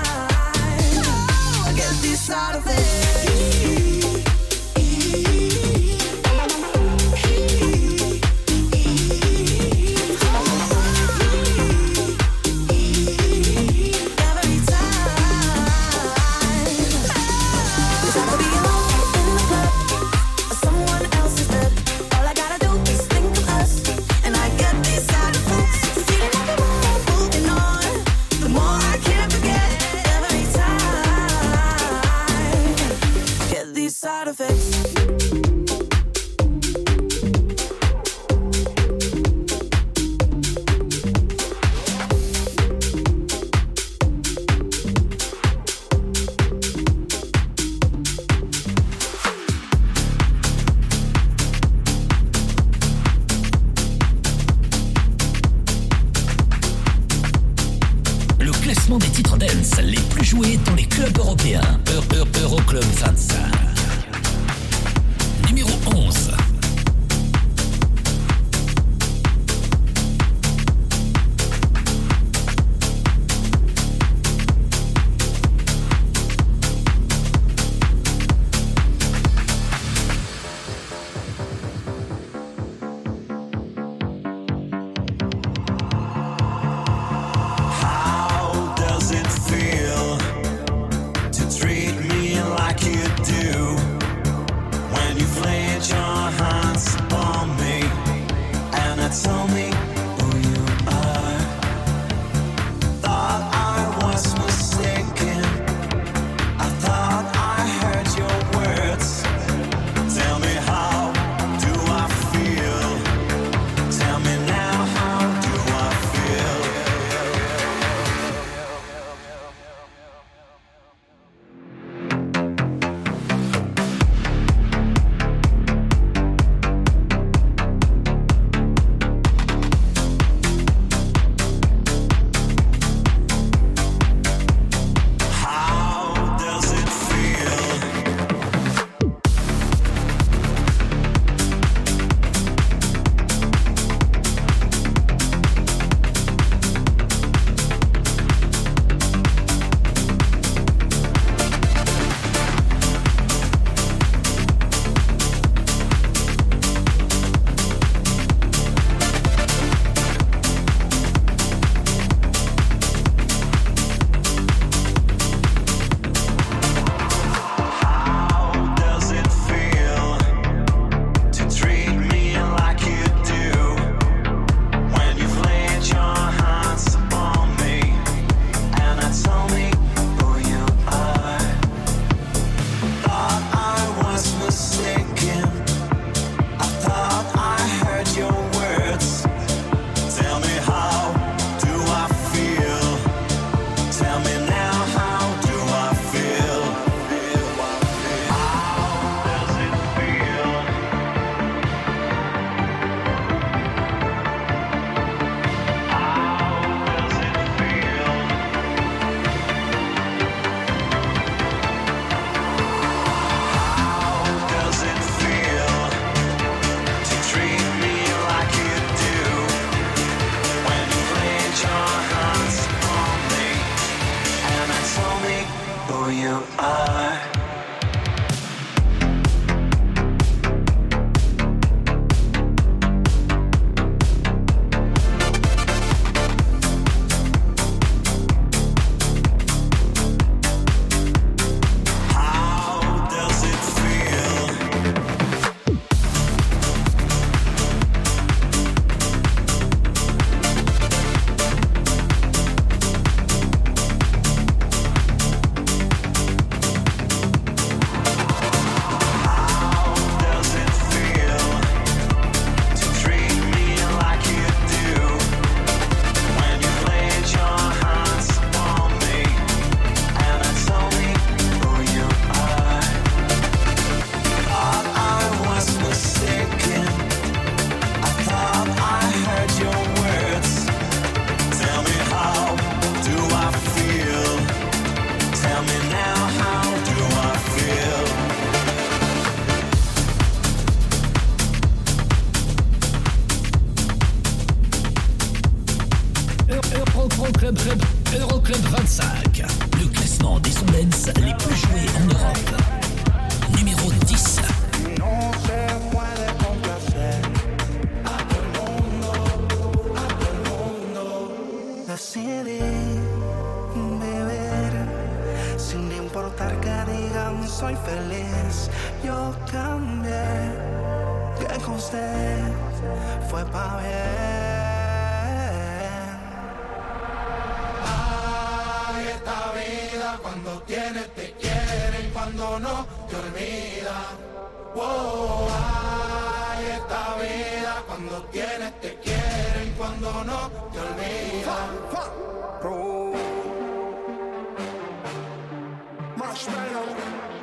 I get these side effects. Every time. Cause I could be alone or in the club, or someone else's bed. All I gotta do is think of us, and I get these side effects. Feeling like the more I'm moving on, the more I can't forget. Every time get these side effects. Le classement des titres dance les plus joués dans les clubs européens. Euro- Euro- Euroclub vingt-cinq. Numéro onze. How does it feel to treat me like you do when you've laid your Euroclub, Club, Euroclub vingt-cinq. Le classement des sons dance les plus joués en Europe. Numéro dix. No se puede complacer a todo el mundo, a todo el mundo. Decidí beber sin importar que digan soy feliz. Yo cambié, que con usted fue pa' bien. Ay, esta vida cuando tienes te quieren, cuando no te olvida. Wow, ay, esta vida cuando tienes te quieren, cuando no te olvida. Oh. Marshmallow.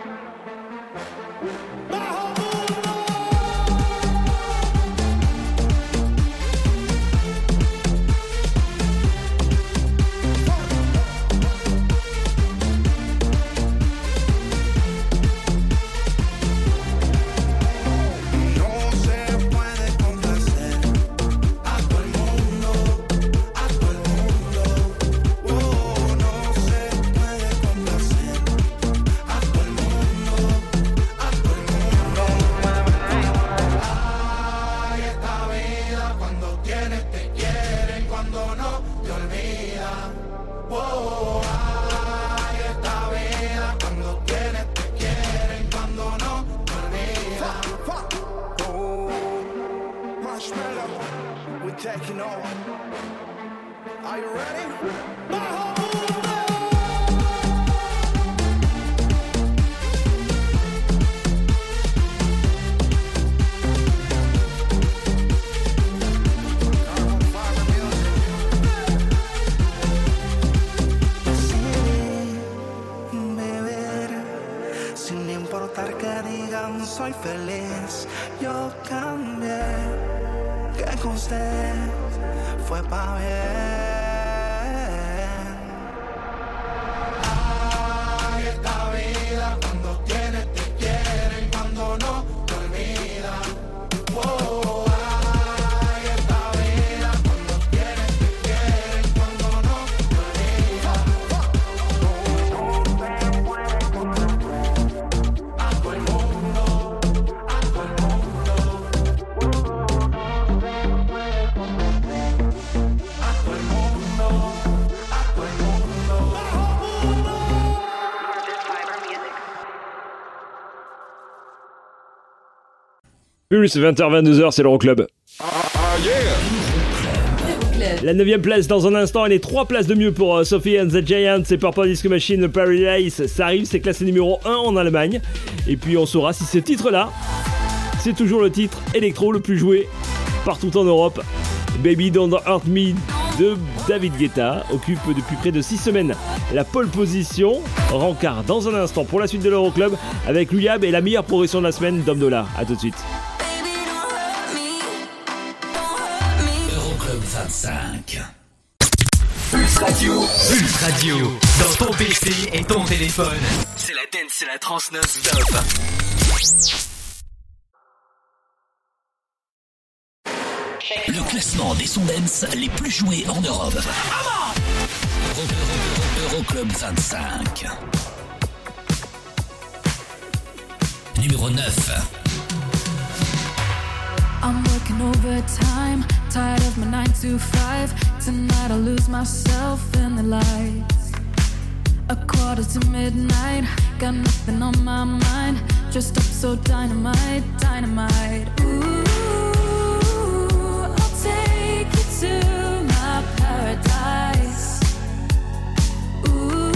Taking over. Are you ready? Sin importar que digan soy feliz, yo cambié. Que con usted fue pa' bien. Ay, esta vida cuando tienes te quieren, cuando no te olvida. Oh, ay, esta vida cuando tienes te quieren, cuando no te olvida. A todo el mundo, a todo el mundo. Pulse, vingt heures vingt-deux heures, c'est l'Euroclub. Ah, ah yeah. La neuvième place dans un instant, et les trois places de mieux pour uh, Sophie and the Giants et Purple Disco Machine, Paradise. Ça arrive, c'est classé numéro un en Allemagne. Et puis on saura si ce titre-là, c'est toujours le titre électro le plus joué partout en Europe. Baby Don't Hurt Me de David Guetta occupe depuis près de six semaines la pole position. Rencard dans un instant pour la suite de l'Euroclub avec Luyab et la meilleure progression de la semaine, Dom Dollar. A tout de suite. Euroclub vingt-cinq. Pulse Radio. Pulse Radio. Dans ton P C et ton téléphone. C'est la dance, c'est la trance non-stop. Le classement des sons dance les plus joués en Europe. Euro, Euro, Euroclub vingt-cinq. Numéro neuf. I'm working overtime, tired of my nine to five. Tonight I'll lose myself in the lights. A quarter to midnight, got nothing on my mind. Dressed up so dynamite, dynamite. Ooh, I'll take you to my paradise. Ooh,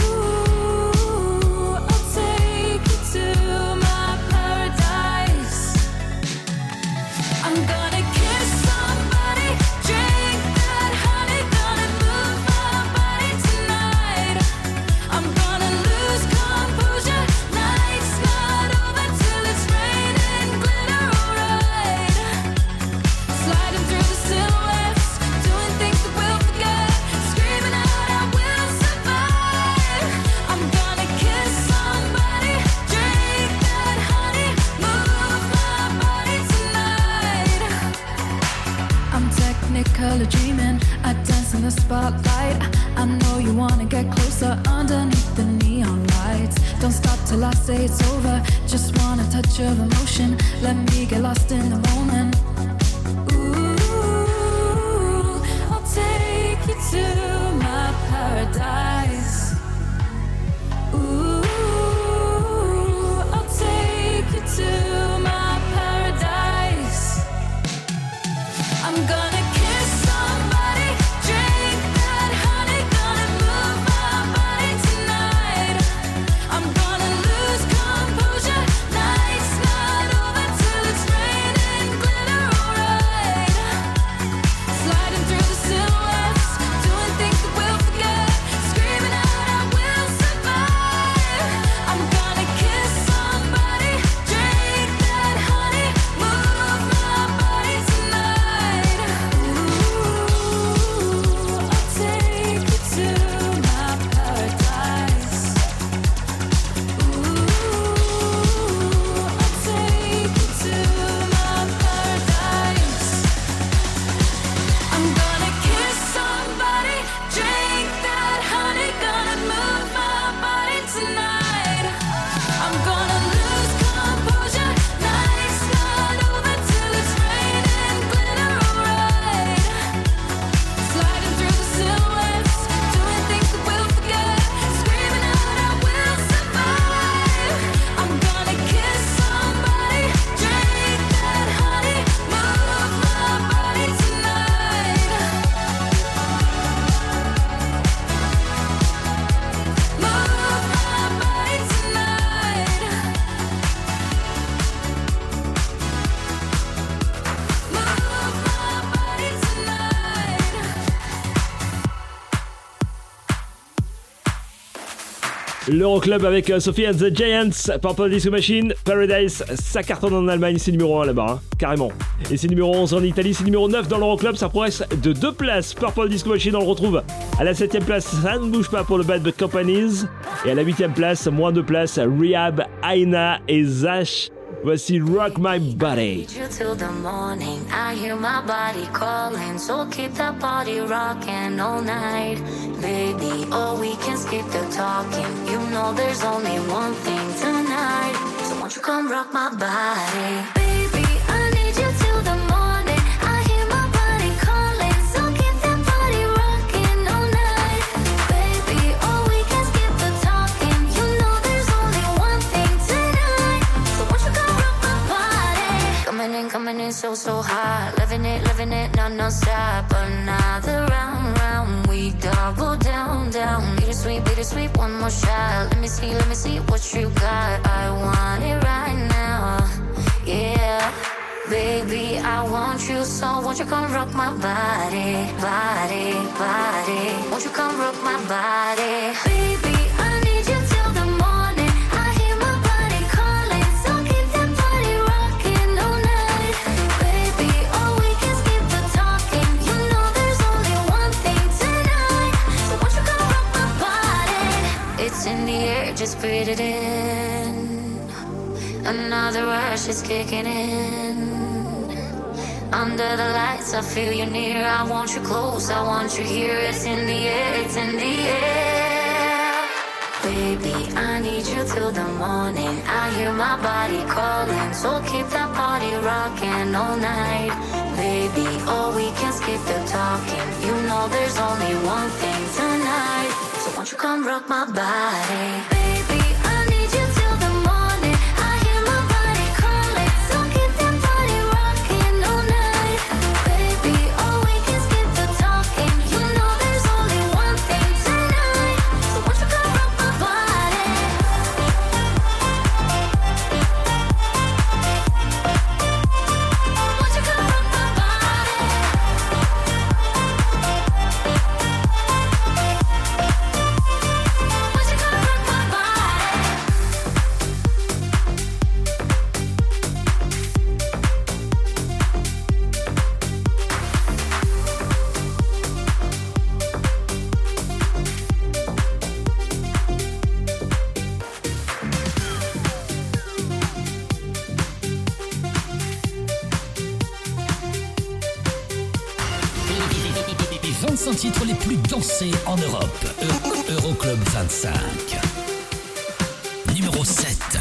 I'll take you to my paradise. I'm gonna kiss somebody, drink that honey, gonna move my body tonight. I'm gonna lose composure, night's not over till it's raining glitter, alright. Sliding through the silhouettes, doing things that we'll forget, screaming out I will survive. I'm gonna kiss somebody, drink that honey, move my body tonight. I'm technicolor dreaming, I dance in the spotlight. I closer underneath the neon lights. Don't stop till I say it's over. Just want a touch of emotion. Let me get lost in the moment. Ooh, I'll take you to my paradise. Ooh, I'll take you to my paradise. I'm gonna kiss somebody, drink that honey, gonna move my body tonight. I'm gonna lose composure, night's not over till it's raining glitter, alright. Sliding through the silhouettes, doing things that we'll forget, screaming out I will survive. I'm gonna kiss somebody, drink that honey, move my body tonight. Ooh, I'll take you to my paradise. Ooh, I'll take you to my paradise. I'm gonna kiss somebody, drink that honey, gonna move my body tonight. I'm gonna lose composure, night's not over till it's raining glitter, alright. Sliding through the silhouettes, doing things that we'll forget, screaming out I will survive. I'm gonna kiss somebody, drink that honey, move my body tonight. Move my body tonight. Move my body tonight. L'Euroclub avec euh, Sophie and the Giants, Purple Disco Machine, Paradise, ça cartonne en Allemagne, c'est numéro un là-bas, hein, carrément. Et c'est numéro onze en Italie, c'est numéro neuf dans l'Euroclub, ça progresse de deux places. Purple Disco Machine, on le retrouve à la septième place, ça ne bouge pas pour le Bad Companies. Et à la huitième place, moins de places, Rehab, Aina et Zash. Voici Rock My Body. Need you till the morning. I hear my body calling, so keep that body rocking all night, baby. Oh, we can skip the talking. You know there's only one thing tonight, so won't you come rock my body, baby? I need you till the morning. I hear my body calling, so keep that body rocking all night, baby. Oh, we can skip the talking. You know there's only one thing tonight, so won't you come rock my body? Coming in, coming in so, so hot. Living it, living it, no, no stop. Another round, round. We double down, down. Bittersweet, bittersweet, one more shot. Let me see, let me see what you got. I want it right now, yeah. Baby, I want you, so won't you come rock my body, body, body. Won't you come rock my body, baby? I need you till the morning. I hear my body calling, so keep that body rocking all night, baby. Oh, we can skip the talking. You know there's only one thing tonight, so won't you come rock my body? It's in the air, just breathe it in. Another rush is kicking in. Under the lights, I feel you near. I want you close, I want you here. It's in the air, it's in the air. Baby, I need you till the morning. I hear my body calling, so keep that body rocking all night, baby. Oh, we can skip the talking. You know there's only one thing tonight, so won't you come rock my body, baby? I need you till the morning. I hear my body calling, so keep that body rocking all night, baby. Oh, we can skip the talking. You know there's only one thing tonight, so won't you come rock my body? Won't you come rock my body? Won't you come rock my body? cent titres les plus dansés en Europe. E- Euroclub vingt-cinq. Numéro sept.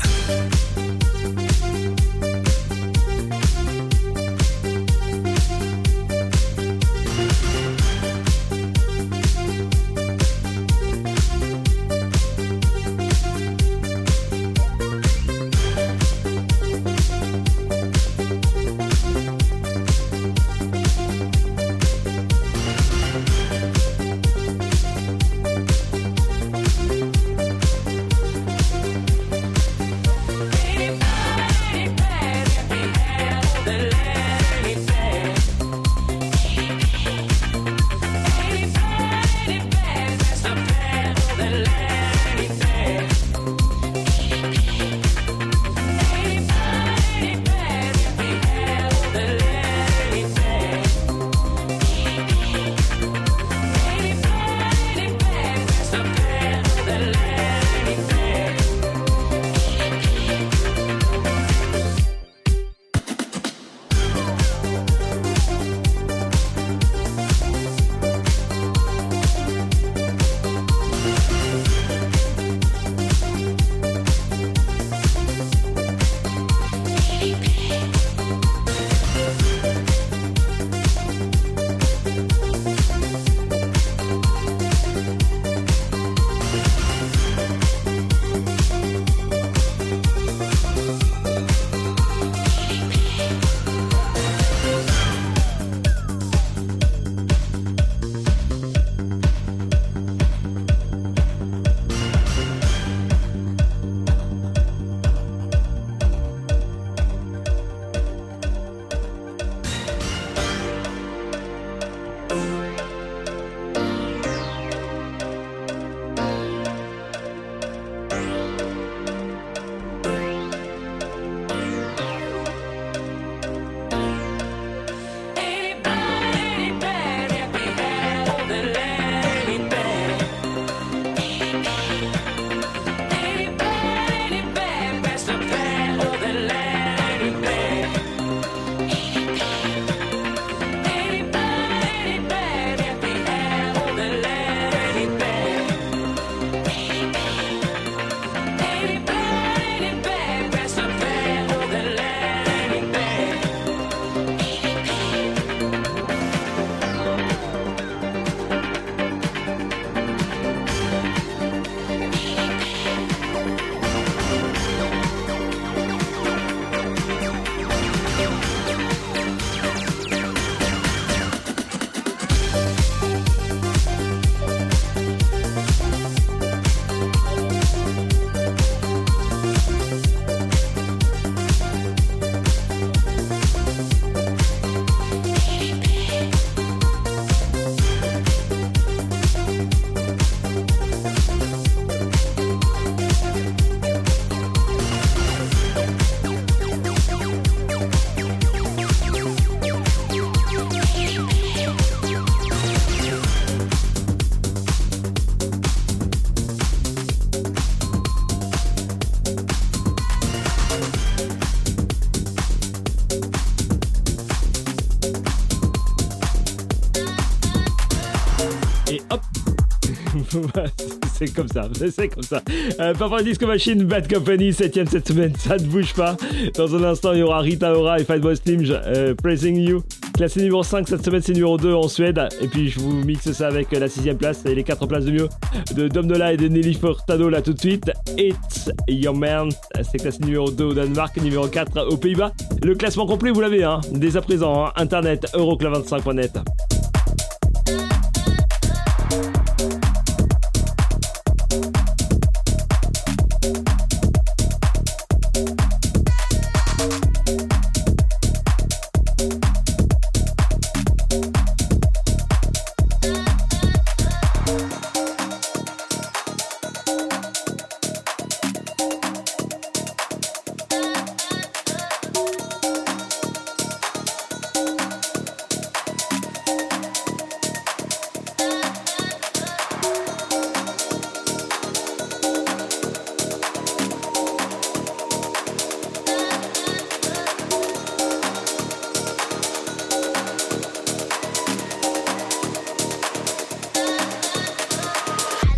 C'est comme ça, c'est comme ça. Euh, Papa Disco Machine, Bad Company, septième cette semaine, ça ne bouge pas. Dans un instant, il y aura Rita Ora et Fatboy Slim, euh, Praising You. Classé numéro cinq cette semaine, c'est numéro deux en Suède. Et puis je vous mixe ça avec la sixième place et les quatre places de mieux de Dom Dola et de Nelly Furtado là tout de suite. It's Your Man, c'est classé numéro deux au Danemark, numéro quatre aux Pays-Bas. Le classement complet, vous l'avez, hein, dès à présent, hein, internet, euroclub vingt-cinq point net.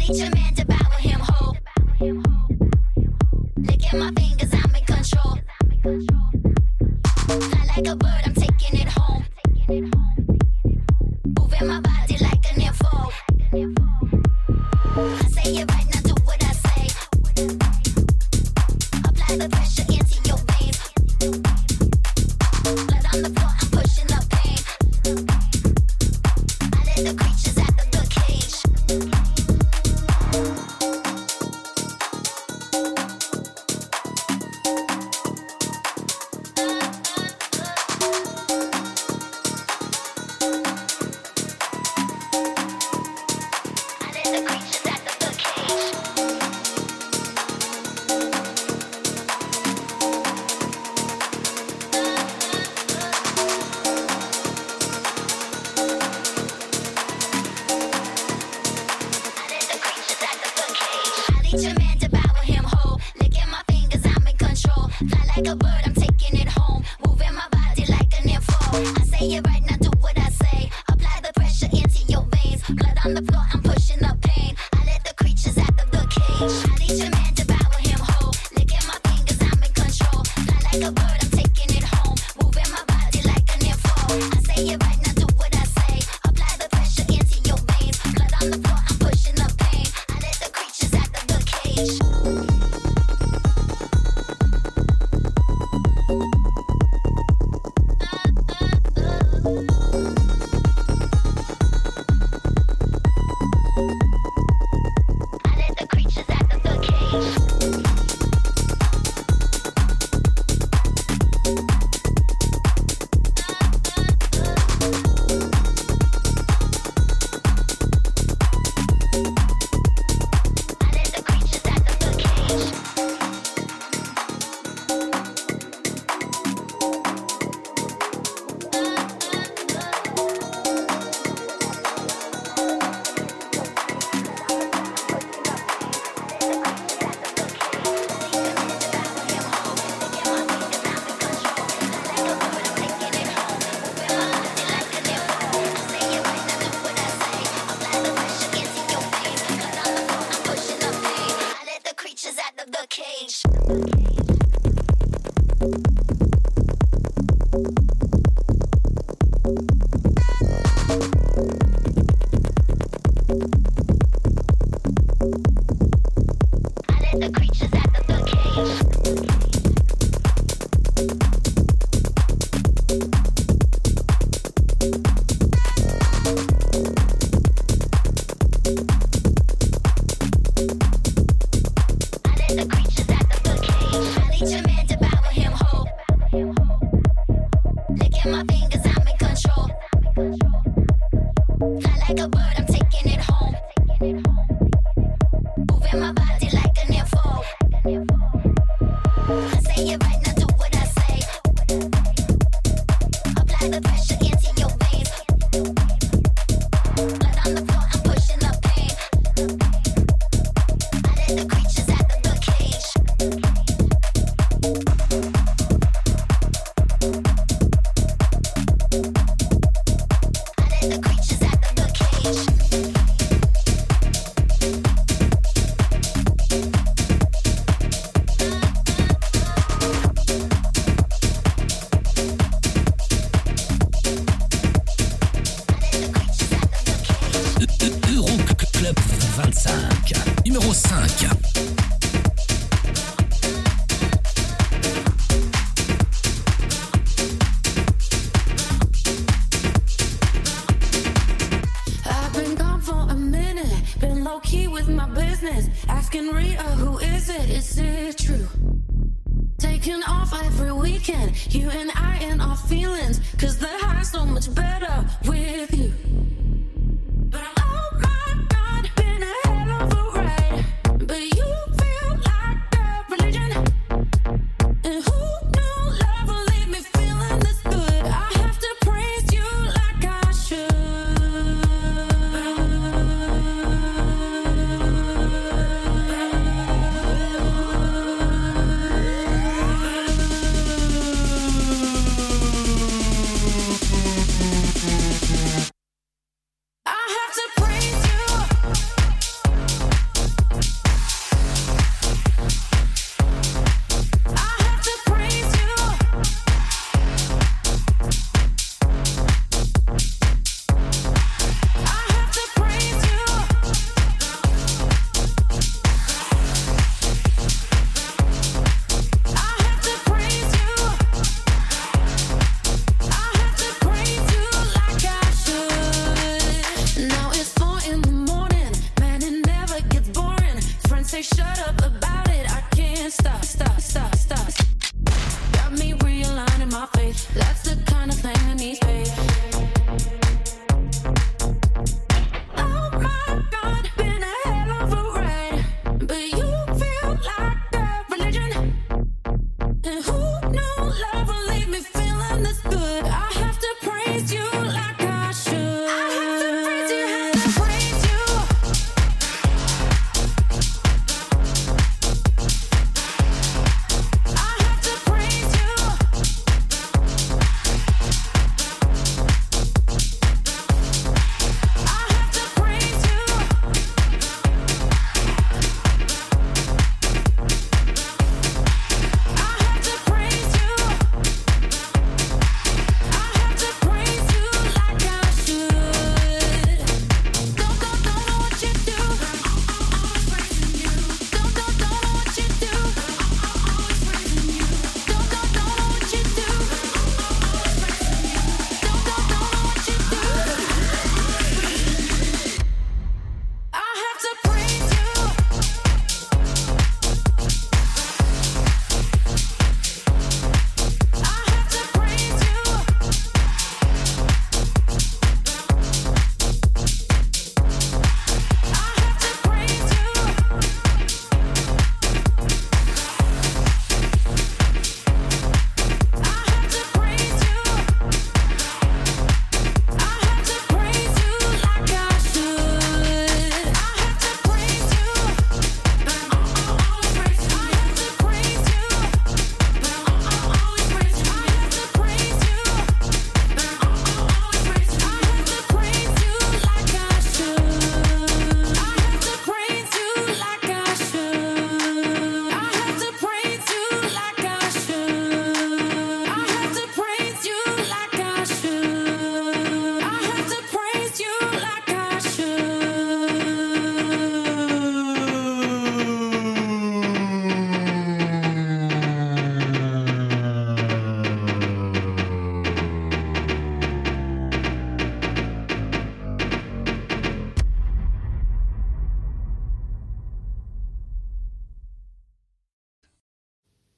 need your man, devour him whole. Licking my fingers, I'm in control. Fly like a bird, I'm taking it home. Moving my body like a nympho. I say it right, now do what I say. Apply the pressure into your veins. Blood on the floor, I'm pushing the pain. I let the creatures out of the cage. Need your man, devour him whole. Licking my fingers, I'm in control. Fly like a bird, I'm taking it home. Moving my body like a nympho. I say it right, now do what I say. Apply the pressure into your veins. Blood on the floor, I'm pushing the pain. I let the creatures out of the cage. I need your man, devour him whole. Licking my fingers, I'm in control. Fly like a bird, I'm taking it home. Moving my body like a nympho. I say it right, now do what I say. Apply the pressure into your veins. Blood on the floor, I'm pushing the pain. I let the creatures out of the cage.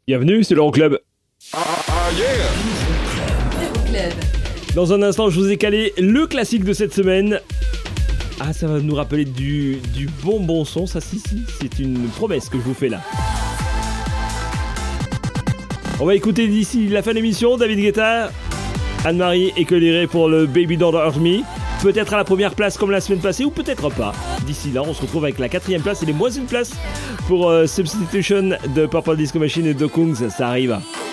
Bienvenue, c'est l'Euroclub. Ah, ah yeah. Euroclub. Dans un instant, je vous ai calé le classique de cette semaine. Ah, ça va nous rappeler du, du bon bon son, ça si si, c'est une promesse que je vous fais là. On va écouter d'ici la fin de l'émission David Guetta, Anne-Marie et Coliré pour le Baby Don't Hurt Me. Peut-être à la première place comme la semaine passée ou peut-être pas. D'ici là, on se retrouve avec la quatrième place et les moins une place pour euh, Substitution de Purple Disco Machine et de Kungs. Ça arrive.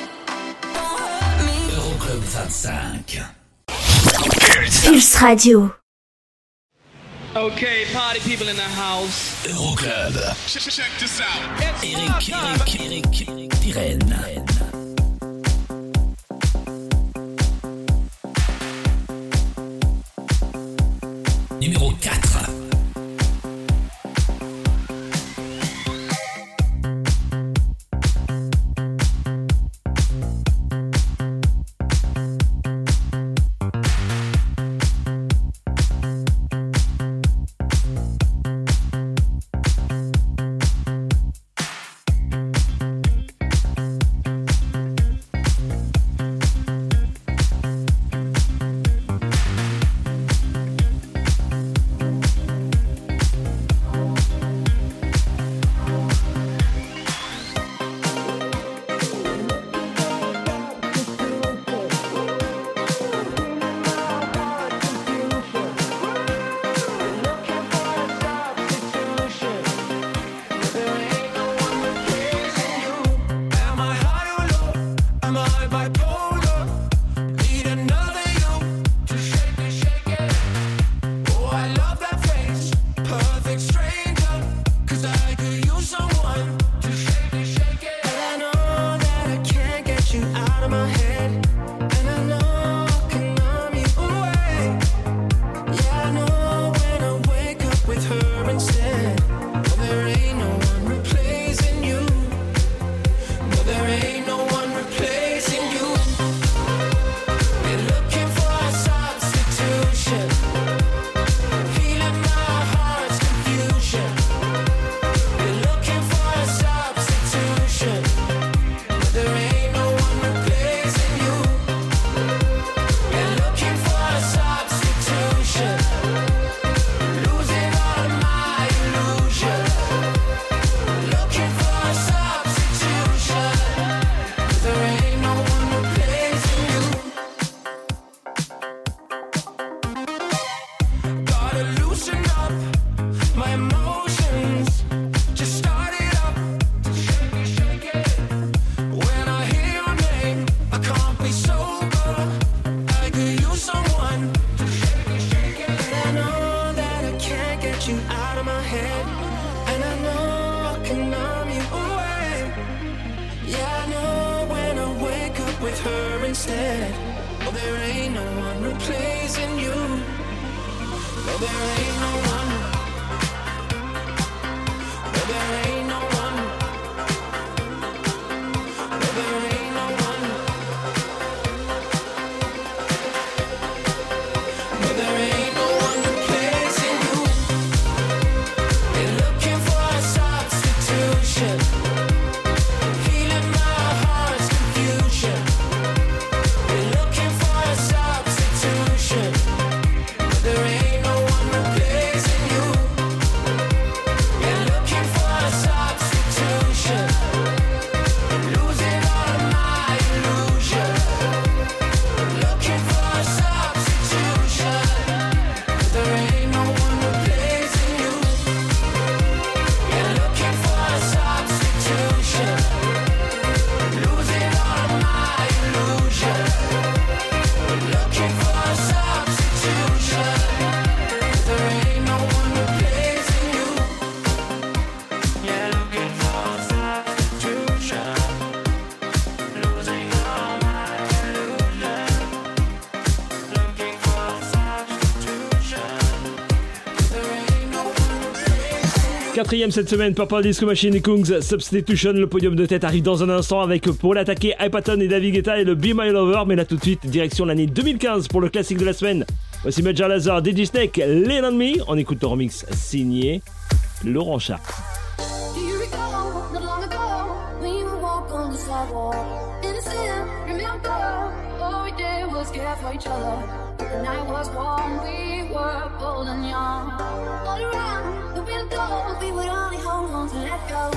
Euroclub vingt-cinq. Pulse Radio. Okay, party people in the house. Euroclub. Check, check this out. Eric, Eric, Eric, Pirenne. Numéro quatre. Quatrième cette semaine, Purple Disco Machine et Kungs, Substitution. Le podium de tête arrive dans un instant avec, pour l'attaquer, Hypaton et David Guetta et le Be My Lover. Mais là tout de suite, direction l'année deux mille quinze pour le classique de la semaine. Voici Major Lazer, D J Snake, Lean on Me. On écoute le remix signé Laurent Chart. Do you recall not long ago when you would walk on the side war. Innocent, remember, all we did was care for each other. The night was warm, we were bold and young. All around the window, we would only hold on to let go.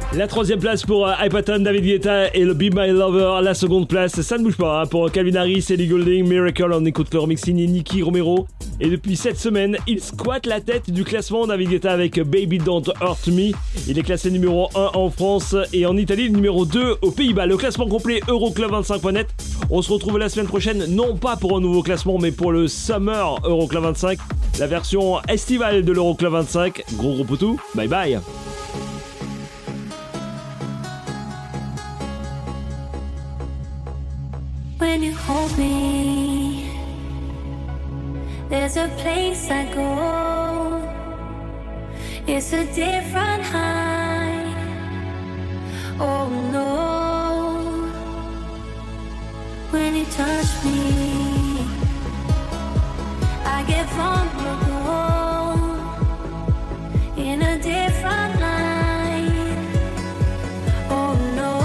La troisième place pour euh, Hypaton, David Guetta et le Be My Lover. La seconde place, ça ne bouge pas hein, pour Calvin Harris, Ellie Goulding, Miracle. On écoute le remix signé Nicky Romero. Et depuis cette semaine, il squatte la tête du classement. David Guetta avec Baby Don't Hurt Me. Il est classé numéro un en France et en Italie, numéro deux aux Pays-Bas. Le classement complet Euroclub vingt-cinq point net. On se retrouve la semaine prochaine, non pas pour un nouveau classement, mais pour le Summer Euroclub vingt-cinq. La version estivale de l'Euroclub vingt-cinq. Gros gros poutou, bye bye. When you hold me, there's a place I go. It's a different high. Oh no. When you touch me, I get vulnerable in a different light. Oh no.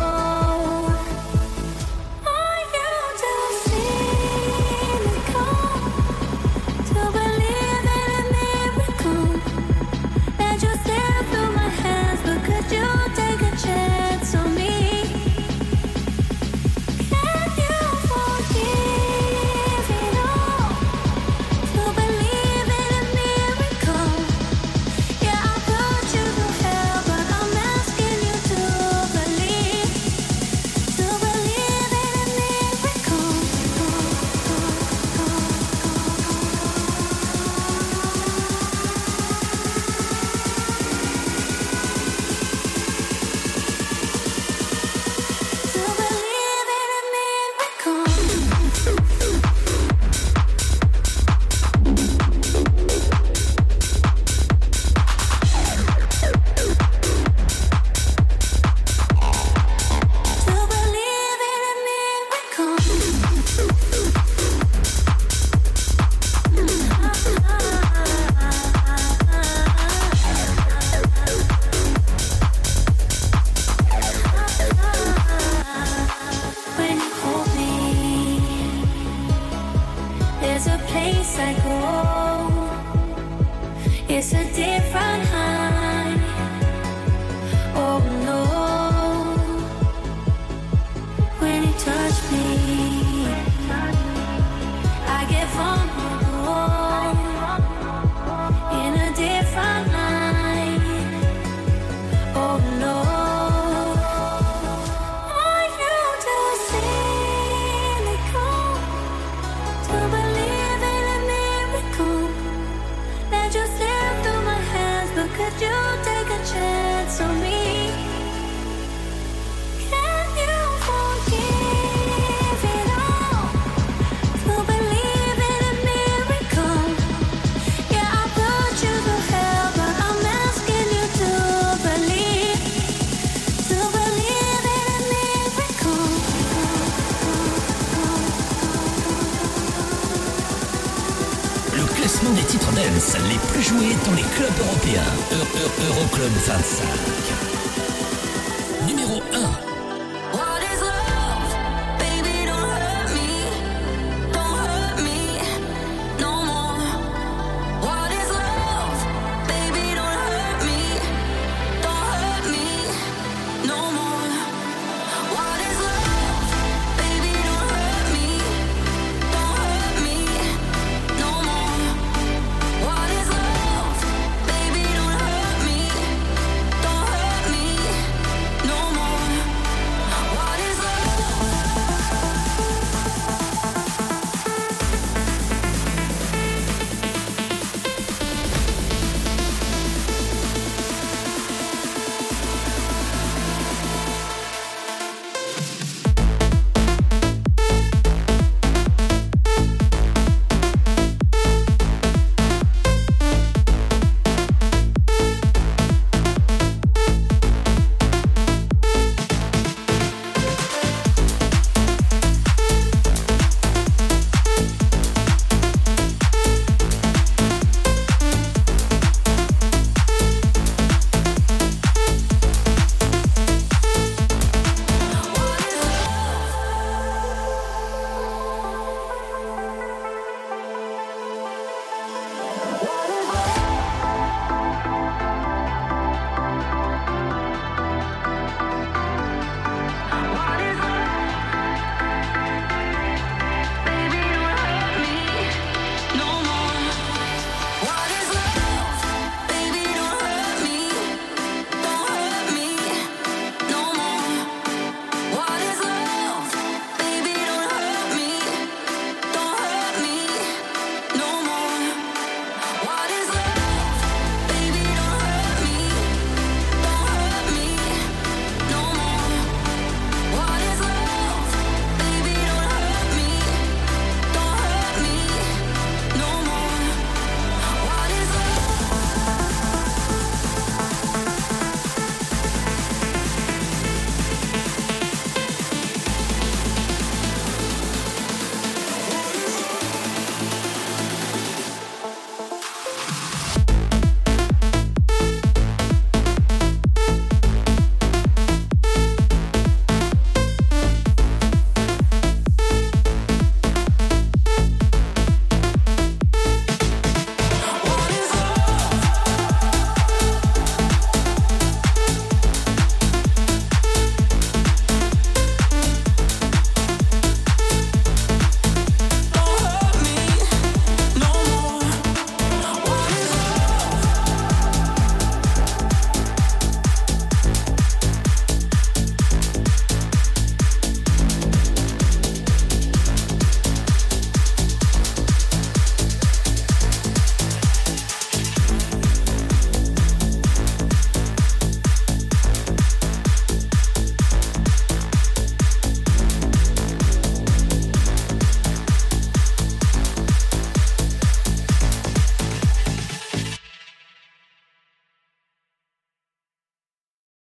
Des titres dance les plus joués dans les clubs européens. Euroclub vingt-cinq. Numéro un.